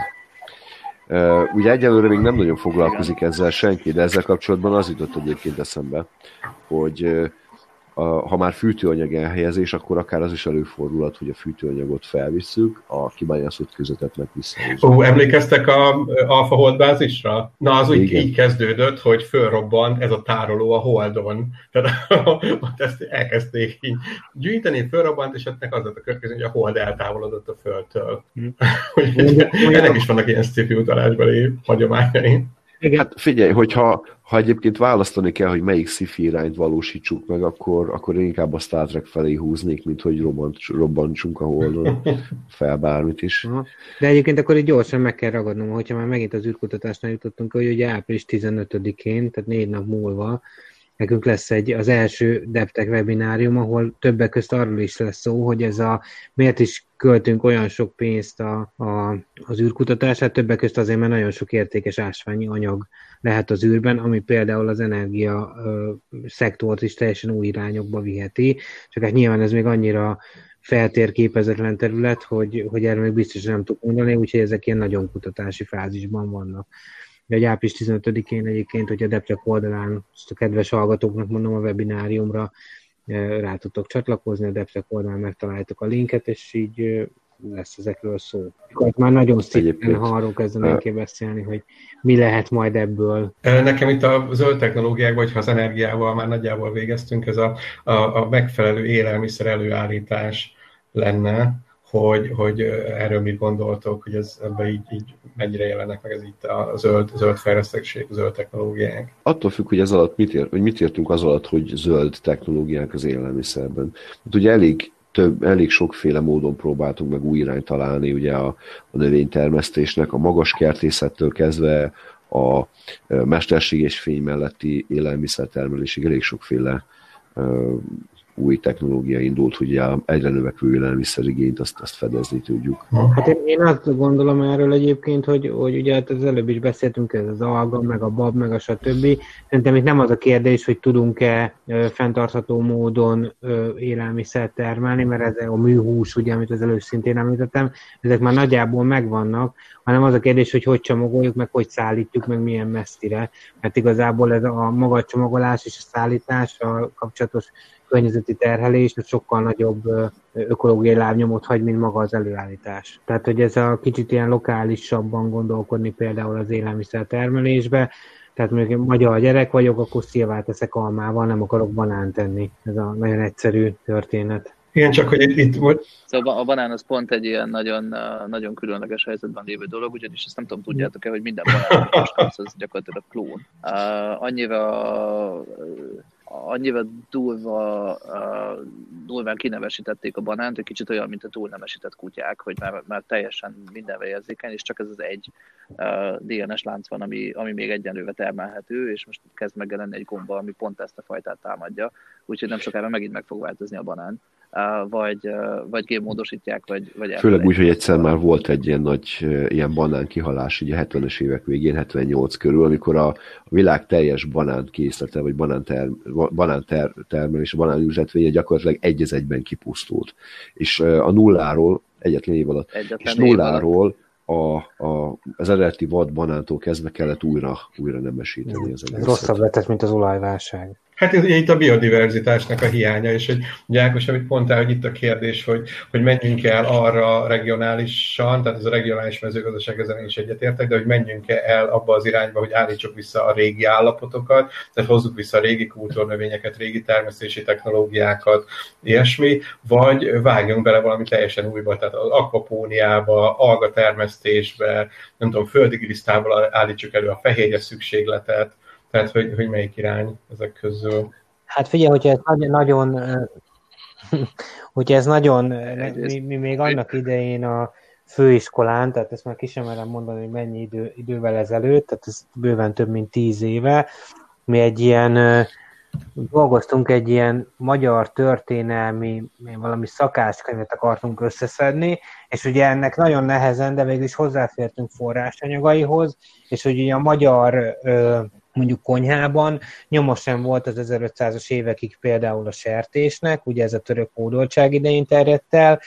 Speaker 3: Ugye egyelőre még nem nagyon foglalkozik ezzel senki, de ezzel kapcsolatban az jutott egyébként eszembe, hogy ha már fűtőanyag elhelyezés, akkor akár az is előfordulhat, hogy a fűtőanyagot felvisszük, a kibányászott közetet meg visszahúzzuk.
Speaker 4: Emlékeztek a Alpha Hold bázisra? Na, az úgy így kezdődött, hogy fölrobbant ez a tároló a Holdon. Tehát ezt elkezdték így gyűjteni, fölrobbant, és ennek az lett a következő, hogy a Hold eltávolodott a Földtől. Ennek is vannak ilyen sci-fi utalásbeli hagyományai.
Speaker 3: Igen. Hát figyelj, hogyha egyébként választani kell, hogy melyik sci-fi irányt valósítsuk meg, akkor inkább a Star Trek felé húznék, mint hogy robbantsunk a Holdon fel bármit is.
Speaker 1: De egyébként akkor így gyorsan meg kell ragadnom, hogyha már megint az űrkutatásnál jutottunk, hogy ugye április 15-én, tehát 4 nap múlva nekünk lesz az első DevTech webinárium, ahol többek közt arról is lesz szó, hogy miért is költünk olyan sok pénzt az űrkutatását, többek közt azért, mert nagyon sok értékes ásványi anyag lehet az űrben, ami például az energia szektort is teljesen új irányokba viheti, csak hát nyilván ez még annyira feltérképezetlen terület, hogy erről még biztosan nem tudok mondani, úgyhogy ezek ilyen nagyon kutatási fázisban vannak. De április 15-én egyébként, hogy a DevTech oldalán, ezt a kedves hallgatóknak mondom, a webináriumra rá tudtok csatlakozni, a DevTech oldalán megtaláljátok a linket, és így lesz ezekről szó. Már nagyon szépen, ha arról kezdenénk beszélni, hogy mi lehet majd ebből. Nekem itt a zöld technológiák, vagy ha az energiával már nagyjából végeztünk, ez a megfelelő élelmiszer előállítás lenne, hogy erről mit gondoltok, hogy ebben így mennyire jelennek meg ez itt a zöld fejlesztettség, zöld technológiák?
Speaker 3: Attól függ, hogy ez alatt mit értünk az alatt, hogy zöld technológiák az élelmiszerben. Hát ugye elég sokféle módon próbáltunk meg új irányt találni, ugye a növénytermesztésnek, a magas kertészettől kezdve a mesterséges fény melletti élelmiszertermelésig elég sokféle új technológia indult, hogy egyre növekvő élelmiszerigényt azt fedezni tudjuk. Hát én azt gondolom erről egyébként, hogy ugye hát az előbb is beszéltünk, ez az alga, meg a bab, meg a stb. Szerintem itt nem az a kérdés, hogy tudunk-e fenntartható módon élelmiszert termelni, mert ez a műhús, ugye, amit az előbb szintén említettem, ezek már nagyjából megvannak, hanem az a kérdés, hogy csomagoljuk, meg hogy szállítjuk, meg milyen messzire. Mert igazából ez a maga csomagolás és a szállítás, a kapcsolatos környezeti terhelés, sokkal nagyobb ökológiai lábnyomot hagy, mint maga az előállítás. Tehát, hogy ez a kicsit ilyen lokálisabban gondolkodni például az élelmiszer termelésbe, tehát mondjuk magyar gyerek vagyok, akkor szilvát teszek almával, nem akarok banánt tenni. Ez a nagyon egyszerű történet.
Speaker 4: Igen, csak hogy itt volt.
Speaker 2: Szóval a banán az pont egy ilyen nagyon, nagyon különleges helyzetben lévő dolog, ugyanis ezt nem tudom, tudjátok-e, hogy minden banán, az gyakorlatilag klón. Annyival durván kinevesítették a banánt, hogy kicsit olyan, mint a túlnemesített kutyák, hogy már teljesen mindenre érzékeny, és csak ez az egy DNS lánc van, ami még egyenlőre termelhető, és most kezd megjelenni egy gomba, ami pont ezt a fajtát támadja, úgyhogy nem sokára megint meg fog változni a banán. Vagy génmódosítják, vagy
Speaker 3: főleg úgy, hogy egyszer már volt egy ilyen nagy ilyen banán kihalás, ugye 70-es évek végén, 78 körül, amikor a világ teljes banánkészlete, vagy banántermelés, a banánültetvénye gyakorlatilag egy-egyben kipusztult. És a nulláról, egyetlen év alatt, az eredeti vad banántól kezdve kellett újra nemesíteni. Ez
Speaker 1: rosszabb lett, mint az olajválság.
Speaker 4: Hát ez itt a biodiverzitásnak a hiánya, és hogy ugye Ákos, amit mondtál, hogy itt a kérdés, hogy menjünk el arra regionálisan, tehát ez a regionális mezőgazdaság, ezen is egyetértek, de hogy menjünk el abba az irányba, hogy állítsuk vissza a régi állapotokat, tehát hozzuk vissza a régi kultúrnövényeket, régi termesztési technológiákat, ilyesmi, vagy vágjunk bele valami teljesen újba, tehát az akvapóniába, algatermesztésbe, nem tudom, földigilisztával állítsuk elő a fehérje szükségletet, tehát, hogy melyik irány ezek közül?
Speaker 1: Hát figyelj, hogyha ez nagyon, mi még annak idején a főiskolán, tehát ezt már ki sem merem mondani, hogy mennyi idővel ezelőtt, tehát ez bőven több mint 10 éve, mi dolgoztunk egy ilyen magyar történelmi, valami szakáskönyvet akartunk összeszedni, és ugye ennek nagyon nehezen, de végül is hozzáfértünk forrásanyagaihoz, és hogy ugye a magyar mondjuk konyhában nyoma sem volt az 1500-as évekig például a sertésnek, ugye ez a török hódoltság idején terjedt el,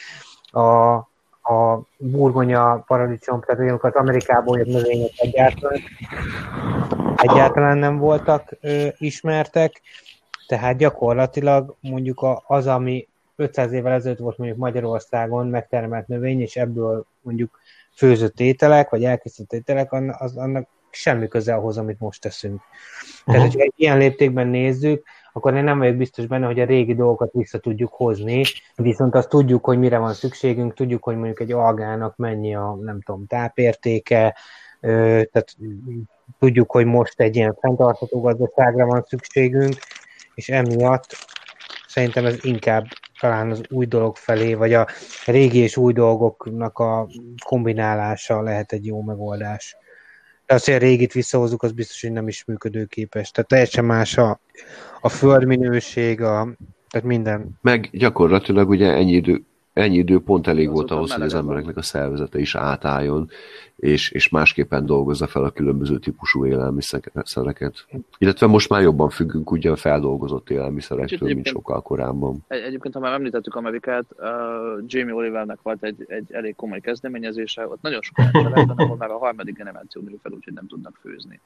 Speaker 1: a burgonya paradicsom, tehát olyanokat Amerikából jött növények egyáltalán nem voltak ismertek, Tehát gyakorlatilag mondjuk az, ami 500 évvel ezelőtt volt mondjuk Magyarországon megtermelt növény, és ebből mondjuk főzött ételek, vagy elkészített ételek, annak semmi köze ahhoz, amit most teszünk. Tehát, hogyha egy ilyen léptékben nézzük, akkor én nem vagyok biztos benne, hogy a régi dolgokat vissza tudjuk hozni, viszont azt tudjuk, hogy mire van szükségünk, tudjuk, hogy mondjuk egy algának mennyi a, nem tudom, tápértéke, tehát tudjuk, hogy most egy ilyen fenntartható gazdaságra van szükségünk, és emiatt szerintem ez inkább talán az új dolog felé, vagy a régi és új dolgoknak a kombinálása lehet egy jó megoldás. De azt, hogy a régit visszahozzuk, az biztos, hogy nem is működőképes. Tehát teljesen más a földminőség, tehát minden.
Speaker 3: Meg gyakorlatilag ugye ennyi idő pont elég volt ahhoz, hogy az embereknek a szervezete is átálljon, és másképpen dolgozza fel a különböző típusú élelmiszereket. Illetve most már jobban függünk ugye a feldolgozott élelmiszerektől, mint sokkal korábban.
Speaker 2: Egyébként, ha már említettük Amerikát, Jamie Olivernek volt egy elég komoly kezdeményezése, ott nagyon sok olyan családban, ahol már a harmadik generáció nő fel, úgyhogy nem tudnak főzni.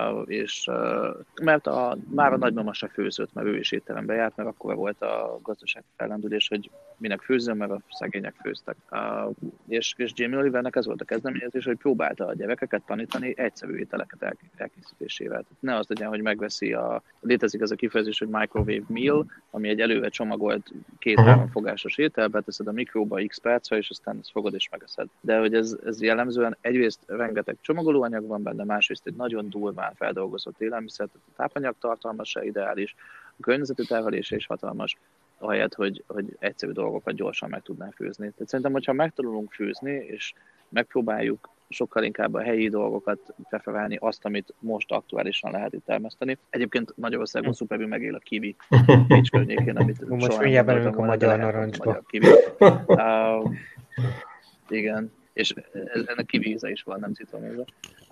Speaker 2: Mert már a nagymama se főzött, mert ő is étterembe járt, mert akkor volt a gazdasági fellendülés, hogy minek főzzön, mert a szegények főztek. És Jamie Olivernek ez volt a kezdeményezés, hogy próbálta a gyerekeket tanítani egyszerű ételeket elkészítésével. Ne az legyen, hogy megveszi létezik ez a kifejezés, hogy microwave meal, ami egy előre csomagolt 2-3 fogásos étel, beteszed a mikróba x percre, és aztán ezt fogod és megeszed. De hogy ez jellemzően egyrészt rengeteg csomagolóanyag van benne, másrészt egy nagyon durván feldolgozott élelmiszer, tehát a tápanyag tartalma se ideális, a környezeti terhelése is hatalmas, ahelyett, hogy egyszerű dolgokat gyorsan meg tudnál főzni. Tehát szerintem, hogyha megtanulunk főzni, és megpróbáljuk sokkal inkább a helyi dolgokat preferálni, azt, amit most aktuálisan lehet itt termeszteni. Egyébként Magyarországon szuperül megél a kiwi Pécs környékén, amit
Speaker 1: most mindjárt belülünk a magyar narancsba.
Speaker 2: Igen, és ennek kiwi íze is van, nem citromíze.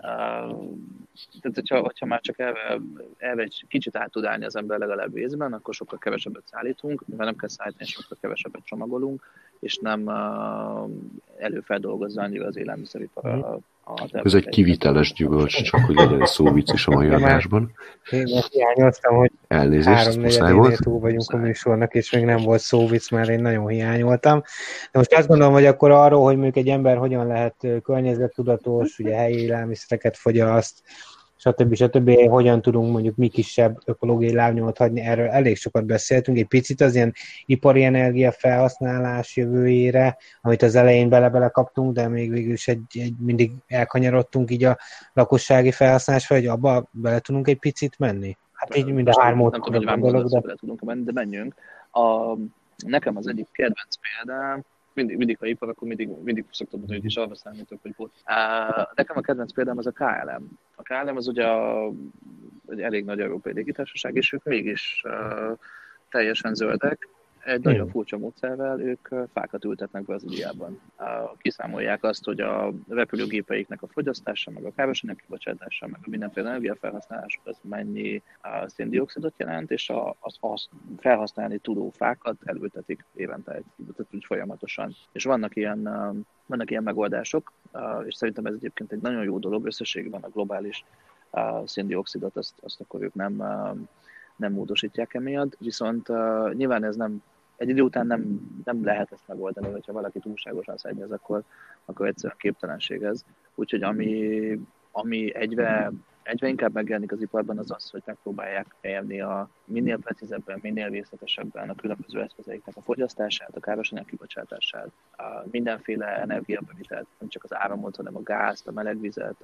Speaker 2: Tehát, hogyha már csak elve egy kicsit át tud állni az ember legalább részben, akkor sokkal kevesebbet szállítunk, mivel nem kell szállítani, sokkal kevesebbet csomagolunk, és nem előfeldolgozza annyira az élelmiszeripar.
Speaker 3: Ez egy kiviteles gyümölcs, csak hogy legyen szóvic is a mai adásban.
Speaker 1: Én most hiányoztam, hogy
Speaker 3: elnézést, muszáj volt.
Speaker 1: Túl vagyunk a műsornak, és még nem volt szóvic, mert én nagyon hiányoltam. De most azt gondolom, hogy akkor arról, hogy mondjuk egy ember hogyan lehet környezettudatos, ugye helyi élelmiszereket fogyaszt, stb. Hogyan tudunk mondjuk mi kisebb ökológiai lábnyomot hagyni, erről elég sokat beszéltünk. Egy picit az ilyen ipari energia felhasználás jövőjére, amit az elején bele kaptunk, de még végül is mindig elkanyarodtunk így a lakossági felhasználásra, hogy abba bele tudunk egy picit menni. Hát így mind a hármót
Speaker 2: nem tudom, hogy dolog, de bele tudunk menni, de menjünk. Nekem az egyik kedvenc példám, mindig ha ipar, akkor mindig szoktam mondani, hogy is arra számítok, hogy volt. Nekem a kedvenc példám az a KLM. A KLM az ugye egy elég nagy európai légitársaság, és ők mégis teljesen zöldek. Egy nagyon furcsa módszerrel ők fákat ültetnek Brazíliában. Kiszámolják azt, hogy a repülőgépeiknek a fogyasztása, meg a károsanyag kibocsátása, meg a mindenféle energiafelhasználás, az mennyi széndioxidot jelent, és azt felhasználni tudó fákat elültetik évente, tehát úgy folyamatosan. És vannak ilyen megoldások, és szerintem ez egyébként egy nagyon jó dolog, összességben a globális széndioxidot, azt akkor ők nem módosítják emiatt, viszont nyilván ez nem, egy idő után nem lehet ezt megoldani, hogyha valaki túlságosan szennyez, akkor egyszerűen képtelenség ez. Úgyhogy ami egyre inkább megjelenik az iparban, az az, hogy megpróbálják elérni a minél precízebben, minél részletesebben a különböző eszközeiknek a fogyasztását, a károsanyag kibocsátását, a mindenféle energiabevitelt, nem csak az áramot, hanem a gázt, a melegvizet,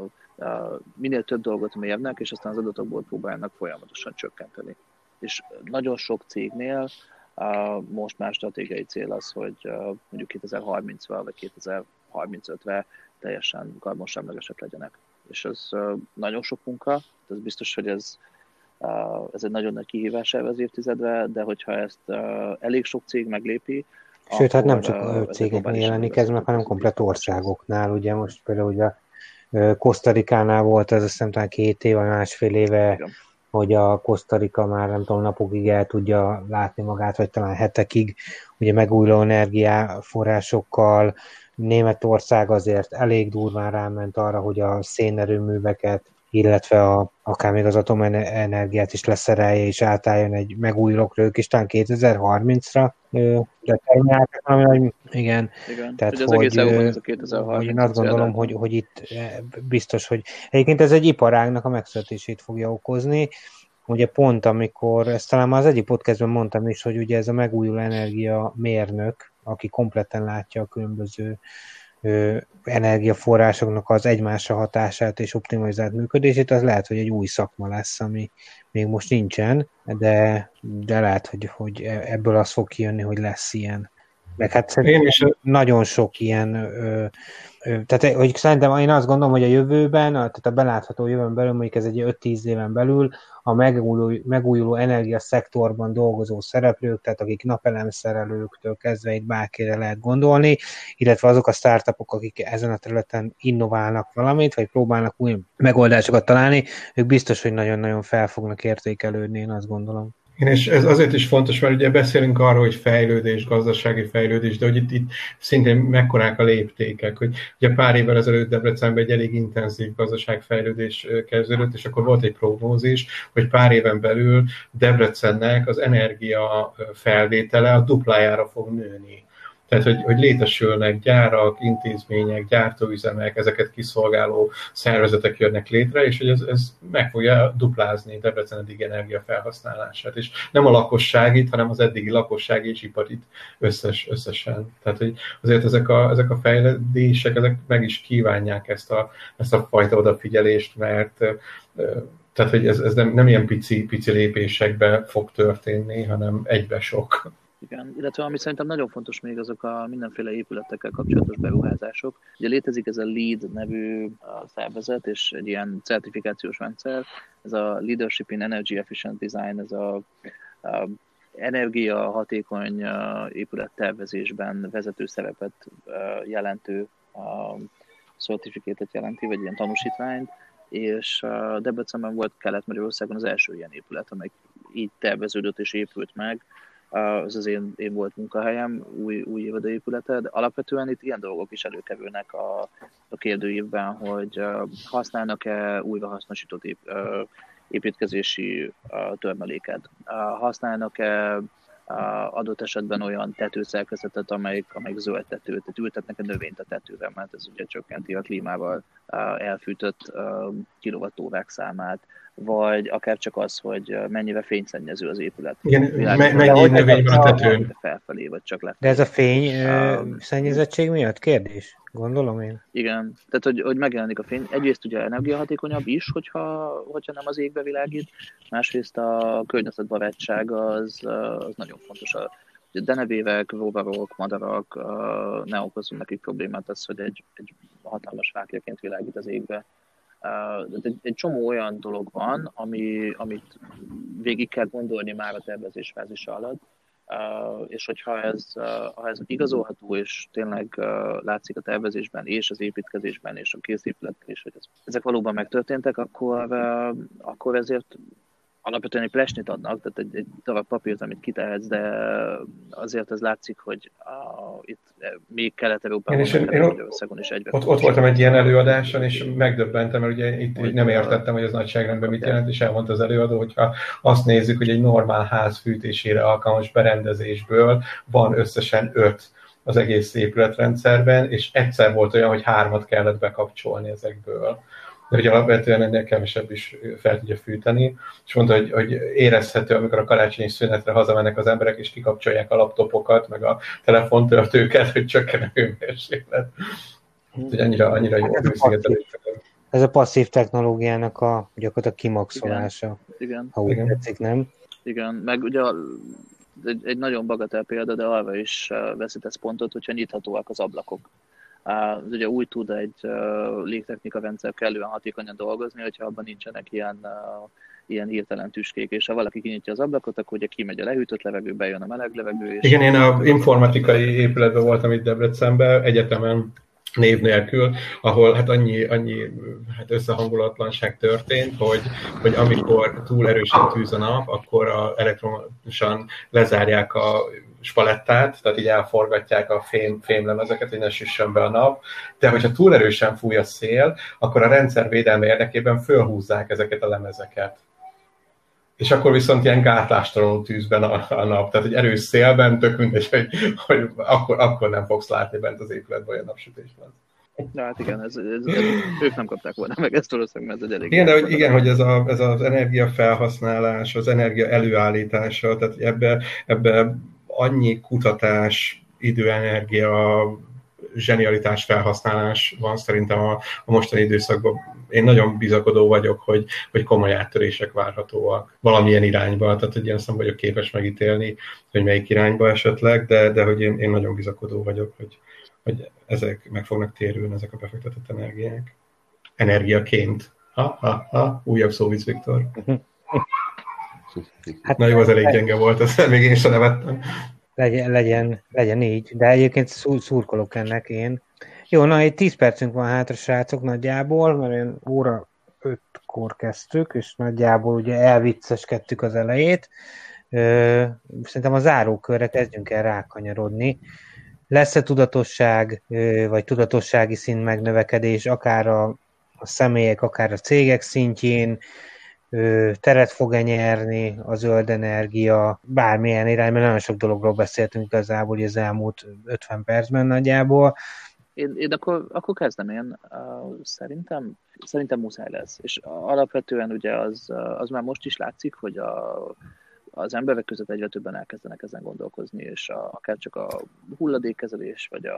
Speaker 2: minél több dolgot mérnek, és aztán az adatokból próbálnak folyamatosan csökkenteni. És nagyon sok cégnél most már stratégiai cél az, hogy mondjuk 2030-ra vagy 2035-re teljesen karbonsemlegesek legyenek. És ez nagyon sok munka, ez biztos, hogy ez egy nagyon nagy kihívás erre az évtizedre, de hogyha ezt elég sok cég meglépi,
Speaker 1: sőt, hát nem csak cégeknél jelenik ez meg, hanem komplet országoknál. Ugye most például ugye Costa Ricánál volt ez, azt hiszem talán 2 év vagy másfél éve, igen, hogy a Costa Rica már nem tudom, napokig el tudja látni magát, vagy talán hetekig, ugye megújuló energiaforrásokkal. Németország azért elég durván ráment arra, hogy a szénerőműveket illetve akár még az atomenergiát is leszerelje és átálljon egy megújulókra, ők is talán 2030-ra determináltak valami, igen. Tehát,
Speaker 2: az egész EU-ban ez a 2030.
Speaker 1: Hogy én azt gondolom, hogy itt biztos, hogy egyébként ez egy iparágnak a megszületését fogja okozni. Ugye pont amikor, ezt talán már az egyik podcastben mondtam is, hogy ugye ez a megújuló energia mérnök, aki kompletten látja a különböző energiaforrásoknak az egymásra hatását és optimalizált működését, az lehet, hogy egy új szakma lesz, ami még most nincsen, de lehet, hogy ebből az fog kijönni, hogy lesz ilyen. Meg hát nagyon sok ilyen, tehát hogy szerintem én azt gondolom, hogy a jövőben, tehát a belátható jövőn belül, mondjuk ez egy 5-10 éven belül, a megújuló energiaszektorban dolgozó szereplők, tehát akik napelemszerelőktől kezdve itt bárkire lehet gondolni, illetve azok a startupok, akik ezen a területen innoválnak valamit, vagy próbálnak új megoldásokat találni, ők biztos, hogy nagyon-nagyon fel fognak értékelődni, én azt gondolom.
Speaker 4: És ez azért is fontos, mert ugye beszélünk arról, hogy fejlődés, gazdasági fejlődés, de hogy itt szintén mekkorák a léptékek, hogy ugye pár évvel ezelőtt Debrecenben egy elég intenzív gazdaságfejlődés kezdődött, és akkor volt egy prognózis, hogy pár éven belül Debrecennek az energia felvétele a duplájára fog nőni. Tehát, hogy létesülnek gyárak, intézmények, gyártóüzemek, ezeket kiszolgáló szervezetek jönnek létre, és hogy ez meg fogja duplázni Debrecen eddigi energiafelhasználását. És nem a lakosságit, hanem az eddigi lakossági és iparit összesen. Tehát, hogy azért ezek a fejlődések, ezek meg is kívánják ezt a fajta odafigyelést, mert tehát, hogy ez nem ilyen pici lépésekbe fog történni, hanem egybe sok.
Speaker 2: Igen, illetve ami szerintem nagyon fontos még azok a mindenféle épületekkel kapcsolatos beruházások. Ugye létezik ez a LEED nevű szervezet, és egy ilyen certifikációs rendszer, ez a Leadership in Energy Efficient Design, ez a energiahatékony épülettervezésben vezető szerepet jelentő certifikátet jelenti, vagy ilyen tanúsítványt, és Debrecenben volt Kelet-Magyarországon az első ilyen épület, amely így terveződött és épült meg. Ez az én volt munkahelyem, új irodaépülete, de alapvetően itt ilyen dolgok is előkerülnek a kérdőívben, hogy használnak-e újrahasznosított építkezési törmeléket, használnak-e adott esetben olyan tetőszerkezetet, amelyik zöld tető, tehát ültetnek a növényt a tetőre, mert ez ugye csökkenti a klímával elfűtött kilovattórák számát, vagy akár csak az, hogy mennyire fényszennyező az épület.
Speaker 4: Igen, mennyi növény van a tetőn.
Speaker 2: Felfelé, vagy csak lefelé.
Speaker 1: De ez a fény szennyezettség miatt kérdés? Gondolom én.
Speaker 2: Igen, tehát hogy megjelenik a fény. Egyrészt ugye energiahatékonyabb is, hogyha nem az égbe világít, másrészt a környezetbarátság az nagyon fontos. A denevérek, rovarok, madarak ne okozunk nekik problémát az, hogy egy hatalmas fáklyaként világít az égbe. Egy csomó olyan dolog van, amit végig kell gondolni már a tervezés fázisa alatt, és hogyha ez igazolható, és tényleg látszik a tervezésben, és az építkezésben, és a készépületben is, hogy ezek valóban megtörténtek, akkor ezért alapvetően egy plesnit adnak, tehát egy darab papírt, amit kitehetsz, de azért ez látszik, hogy itt még Kelet-Európában, Magyarországon is egyben.
Speaker 4: Ott voltam egy ilyen előadáson, és megdöbbentem, mert ugye itt nem értettem, hogy az nagyságrendben mit jelent, és elmondta az előadó, hogyha azt nézzük, hogy egy normál ház fűtésére alkalmas berendezésből van összesen 5 az egész épületrendszerben, és egyszer volt olyan, hogy 3 kellett bekapcsolni ezekből. De hogy alapvetően ennél kevesebb is fel tudja fűteni, és mondta, hogy érezhető, amikor a karácsonyi szünetre hazamennek az emberek, és kikapcsolják a laptopokat, meg a telefontöltőket, hogy csökken a hőmérséklet. Hogy annyira jó hőszigetelések.
Speaker 1: Ez a passzív technológiának a gyakorlatilag kimaxolása.
Speaker 2: Igen.
Speaker 1: Ha úgy tetszik, nem?
Speaker 2: Igen, meg ugye egy nagyon bagatel példa, de arra is veszítesz pontot, hogyha nyithatóak az ablakok. Ugye úgy tud egy légtechnika rendszer kellően hatékonyan dolgozni, hogyha abban nincsenek ilyen hirtelen tüskék, és ha valaki kinyitja az ablakot, akkor ugye kimegy a lehűtött levegő, bejön a meleg levegő. És
Speaker 4: igen, én az informatikai épületben voltam itt Debrecenben, egyetemen név nélkül, ahol hát annyi összehangulatlanság történt, hogy amikor túl erősen tűz a nap, akkor elektromosan lezárják a spalettát, tehát így elforgatják a fémlemezeket, hogy ne süssön be a nap, de hogyha túl erősen fúj a szél, akkor a rendszer védelme érdekében fölhúzzák ezeket a lemezeket. És akkor viszont ilyen gátlástalanul tűzben a nap, tehát egy erős szélben tök mindegy, hogy akkor nem fogsz látni bent az épületben, olyan napsütés van.
Speaker 2: Ja, hát igen, ők nem kapták volna meg ezt valószínűleg, mert ez egy elég...
Speaker 4: Igen, de hogy ez az energiafelhasználás, az energia előállítása, tehát ebbe annyi kutatás, időenergia, zsenialitás felhasználás van szerintem a mostani időszakban. Én nagyon bizakodó vagyok, hogy komoly áttörések várhatóak valamilyen irányba, tehát hogy ilyen szemben vagyok képes megítélni, hogy melyik irányba esetleg, de hogy én nagyon bizakodó vagyok, hogy ezek meg fognak térülni, ezek a befektetett energiák. Energiaként. Újabb szóvic, Viktor. Hát, na jó, az elég gyenge volt, ezt még én sem nevettem.
Speaker 1: Legyen így, de egyébként szurkolok ennek én. Jó, na egy 10 percünk van hátra, srácok, nagyjából, mert én óra 5-kor kezdtük, és nagyjából ugye elvicceskedtük az elejét. Szerintem a zárókörre kezdjünk el rákanyarodni. Lesz-e tudatosság, vagy tudatossági szint megnövekedés, akár a személyek, akár a cégek szintjén, teret fog-e nyerni a zöld energia, bármilyen irányban, nagyon sok dologról beszéltünk igazából az elmúlt 50 percben nagyjából.
Speaker 2: Én akkor kezdem én. Szerintem muszáj lesz. És alapvetően ugye az már most is látszik, hogy az emberek között egyre többen elkezdenek ezen gondolkozni, és akár csak a hulladékkezelés, vagy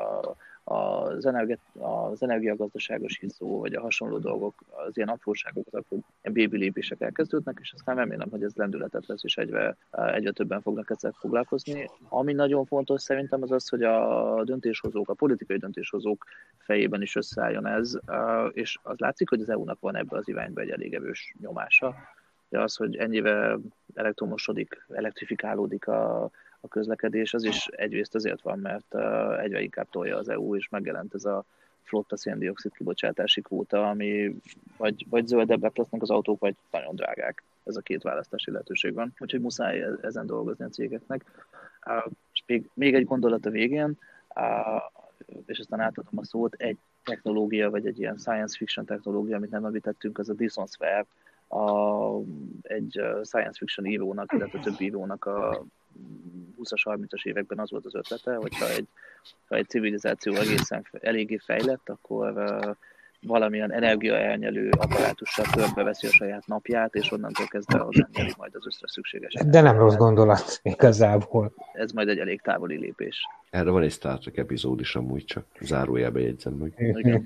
Speaker 2: az energiagazdaságos hiszó, vagy a hasonló dolgok, az ilyen apróságok, azok ilyen baby lépések elkezdődnek, és aztán remélem, hogy ez lendületet lesz, és egyre többen fognak ezzel foglalkozni. Ami nagyon fontos szerintem az, hogy a döntéshozók, a politikai döntéshozók fejében is összeálljon ez, és az látszik, hogy az EU-nak van ebbe az irányba egy elég erős nyomása. De az, hogy ennyivel elektromosodik, elektrifikálódik a közlekedés, az is egyrészt azért van, mert egyre inkább tolja az EU, és megjelent ez a flotta széndioxid kibocsátási kvóta, ami vagy zöldebbek lesznek az autók, vagy nagyon drágák. Ez a két választási lehetőség van. Úgyhogy muszáj ezen dolgozni a cégeknek. És még egy gondolat a végén, és aztán átadom a szót, egy technológia, vagy egy ilyen science fiction technológia, amit nem említettünk, az a Dyson Sphere, egy science fiction írónak, illetve több írónak a 20-as, 30-as években az volt az ötlete, hogyha egy civilizáció eléggé fejlett, akkor valamilyen energiaelnyelő apparátussal körbeveszi a saját napját, és onnantól kezdve az elnyeli majd az összes szükséges.
Speaker 1: De nem rossz gondolat igazából.
Speaker 2: Ez majd egy elég távoli lépés.
Speaker 3: Erre van egy Star Trek epizód is amúgy, csak zárójelbe jegyzem meg.
Speaker 2: Igen.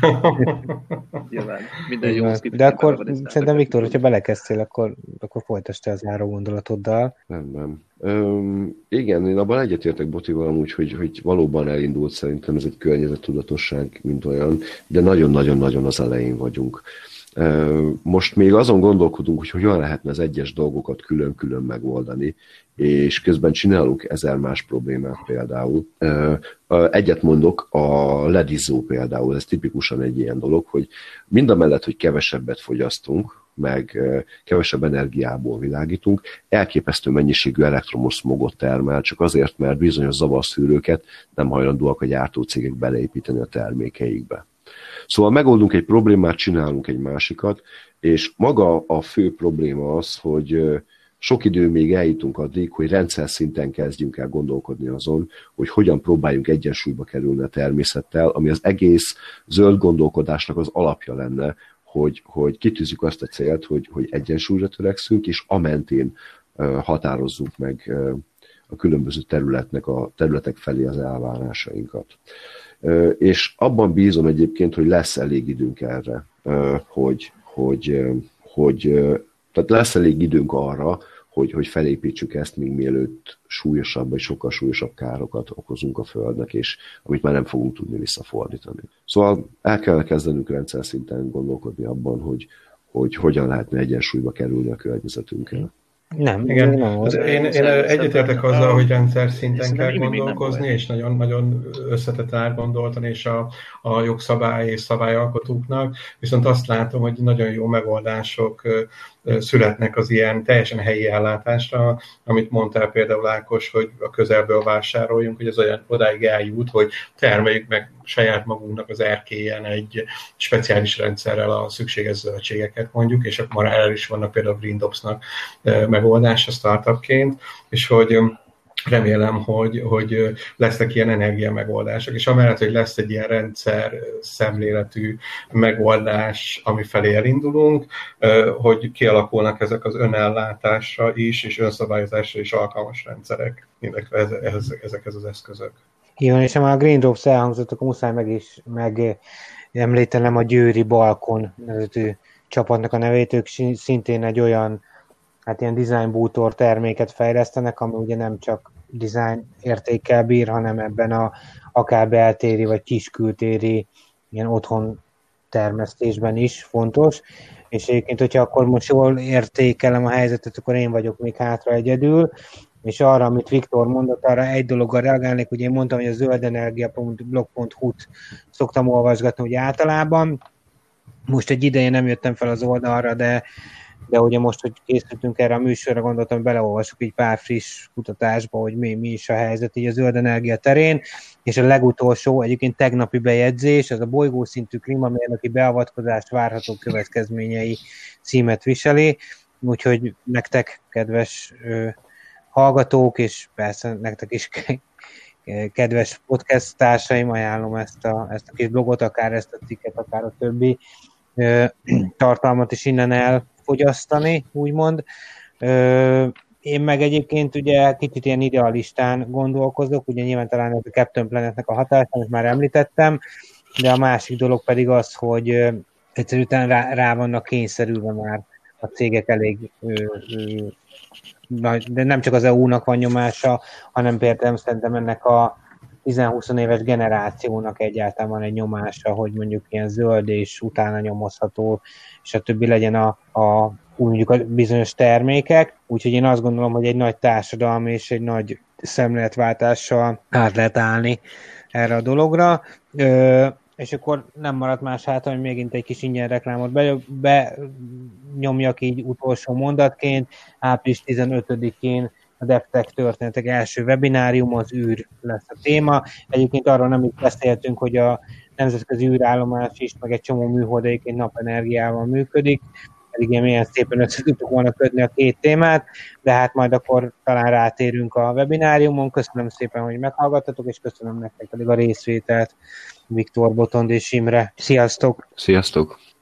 Speaker 2: Nyilván, minden jó
Speaker 1: de akkor szerintem, Viktor, hogyha belekezdtél, akkor folytasd te a záró gondolatoddal.
Speaker 3: Nem. Igen, én abban egyetértek Botival amúgy, hogy valóban elindult szerintem ez egy környezettudatosság, mint olyan, de nagyon-nagyon-nagyon az elején vagyunk. Most még azon gondolkodunk, hogy hogyan lehetne az egyes dolgokat külön-külön megoldani, és közben csinálunk 1000 más problémát például. Egyet mondok, a ledizó például, ez tipikusan egy ilyen dolog, hogy mindamellett, hogy kevesebbet fogyasztunk, meg kevesebb energiából világítunk, elképesztő mennyiségű elektromos szmogot termel, csak azért, mert bizonyos zavarszűrőket nem hajlandóak a gyártócégek beleépíteni a termékeikbe. Szóval megoldunk egy problémát, csinálunk egy másikat, és maga a fő probléma az, hogy sok idő még eljutunk addig, hogy rendszer szinten kezdjünk el gondolkodni azon, hogy hogyan próbáljunk egyensúlyba kerülni a természettel, ami az egész zöld gondolkodásnak az alapja lenne, hogy kitűzzük azt a célt, hogy egyensúlyra törekszünk, és amentén határozzuk meg a különböző területek felé az elvárásainkat. És abban bízom egyébként, hogy lesz elég időnk erre, tehát lesz elég időnk arra, hogy felépítsük ezt, még mielőtt súlyosabb, vagy sokkal súlyosabb károkat okozunk a Földnek, és amit már nem fogunk tudni visszafordítani. Szóval el kell kezdenünk rendszer szinten gondolkodni abban, hogy hogyan lehetne egyensúlyba kerülni a környezetünkkel.
Speaker 1: Nem.
Speaker 4: Igen. Én egyetértek azzal, hogy rendszer szinten kell gondolkozni, és nagyon-nagyon összetett átgondoltani, és a jogszabály és szabályalkotóknak, viszont azt látom, hogy nagyon jó megoldások születnek az ilyen teljesen helyi ellátásra, amit mondtál például Ákos, hogy a közelből vásároljunk, hogy ez olyan odáig eljut, hogy termeljük meg saját magunknak az erkélyen egy speciális rendszerrel a szükséges zöldségeket mondjuk, és akkor már erre is vannak például a GreenDops-nak megoldása startupként, és hogy remélem, hogy lesznek ilyen energia megoldások, és amellett, hogy lesz egy ilyen rendszer szemléletű megoldás, ami felé elindulunk, hogy kialakulnak ezek az önellátásra is, és önszabályozásra is alkalmas rendszerek, ezekhez az eszközök.
Speaker 1: Igen, és ha a GreenDrops elhangzott, akkor muszáj megemlítenem a Győri Balkon nevezetű csapatnak a nevét, ők szintén egy olyan ilyen design bútor terméket fejlesztenek, ami ugye nem csak design értékkel bír, hanem ebben akár beltéri vagy kiskültéri ilyen otthon termesztésben is fontos. És egyébként, hogyha akkor most jól értékelem a helyzetet, akkor én vagyok még hátra egyedül, és arra, amit Viktor mondott, arra egy dologgal reagálnék, ugye én mondtam, hogy a zöldenergia.blog.hu-t szoktam olvasgatni ugye általában. Most egy ideje nem jöttem fel az oldalra, de ugye most, hogy készültünk erre a műsorra, gondoltam, beleolvasok egy pár friss kutatásba, hogy mi is a helyzet így a zöld energia terén, és a legutolsó, egyébként tegnapi bejegyzés, ez a bolygószintű klímamérnöki beavatkozás várható következményei címet viseli, úgyhogy nektek, kedves hallgatók, és persze nektek is kedves podcast társaim, ajánlom ezt a kis blogot, akár ezt a cikket, akár a többi tartalmat is innen elfogyasztani, úgymond. Én meg egyébként ugye kicsit ilyen idealistán gondolkozok, ugye nyilván talán ez a Captain Planetnek a hatása, amit már említettem, de a másik dolog pedig az, hogy egyszerűen rá vannak kényszerülve már a cégek elég de nem csak az EU-nak van nyomása, hanem például szerintem ennek a 10-20 éves generációnak egyáltalán van egy nyomása, hogy mondjuk ilyen zöld és utána nyomozható, és a többi legyen mondjuk a bizonyos termékek. Úgyhogy én azt gondolom, hogy egy nagy társadalmi és egy nagy szemléletváltással át lehet állni erre a dologra. És akkor nem maradt más hátra, hogy megint egy kis ingyen reklámot benyomjak így utolsó mondatként. Április 15-én a DevTech történetek első webinárium, az űr lesz a téma. Egyébként arról nem is beszéltünk, hogy a nemzetközi űrállomás is, meg egy csomó műhold egyébként napenergiával működik. Pedig ilyen szépen össze tudtuk volna kötni a két témát, de hát majd akkor talán rátérünk a webináriumon. Köszönöm szépen, hogy meghallgattatok, és köszönöm nektek pedig a részvételt, Viktor, Botond és Imre. Sziasztok!
Speaker 3: Sziasztok!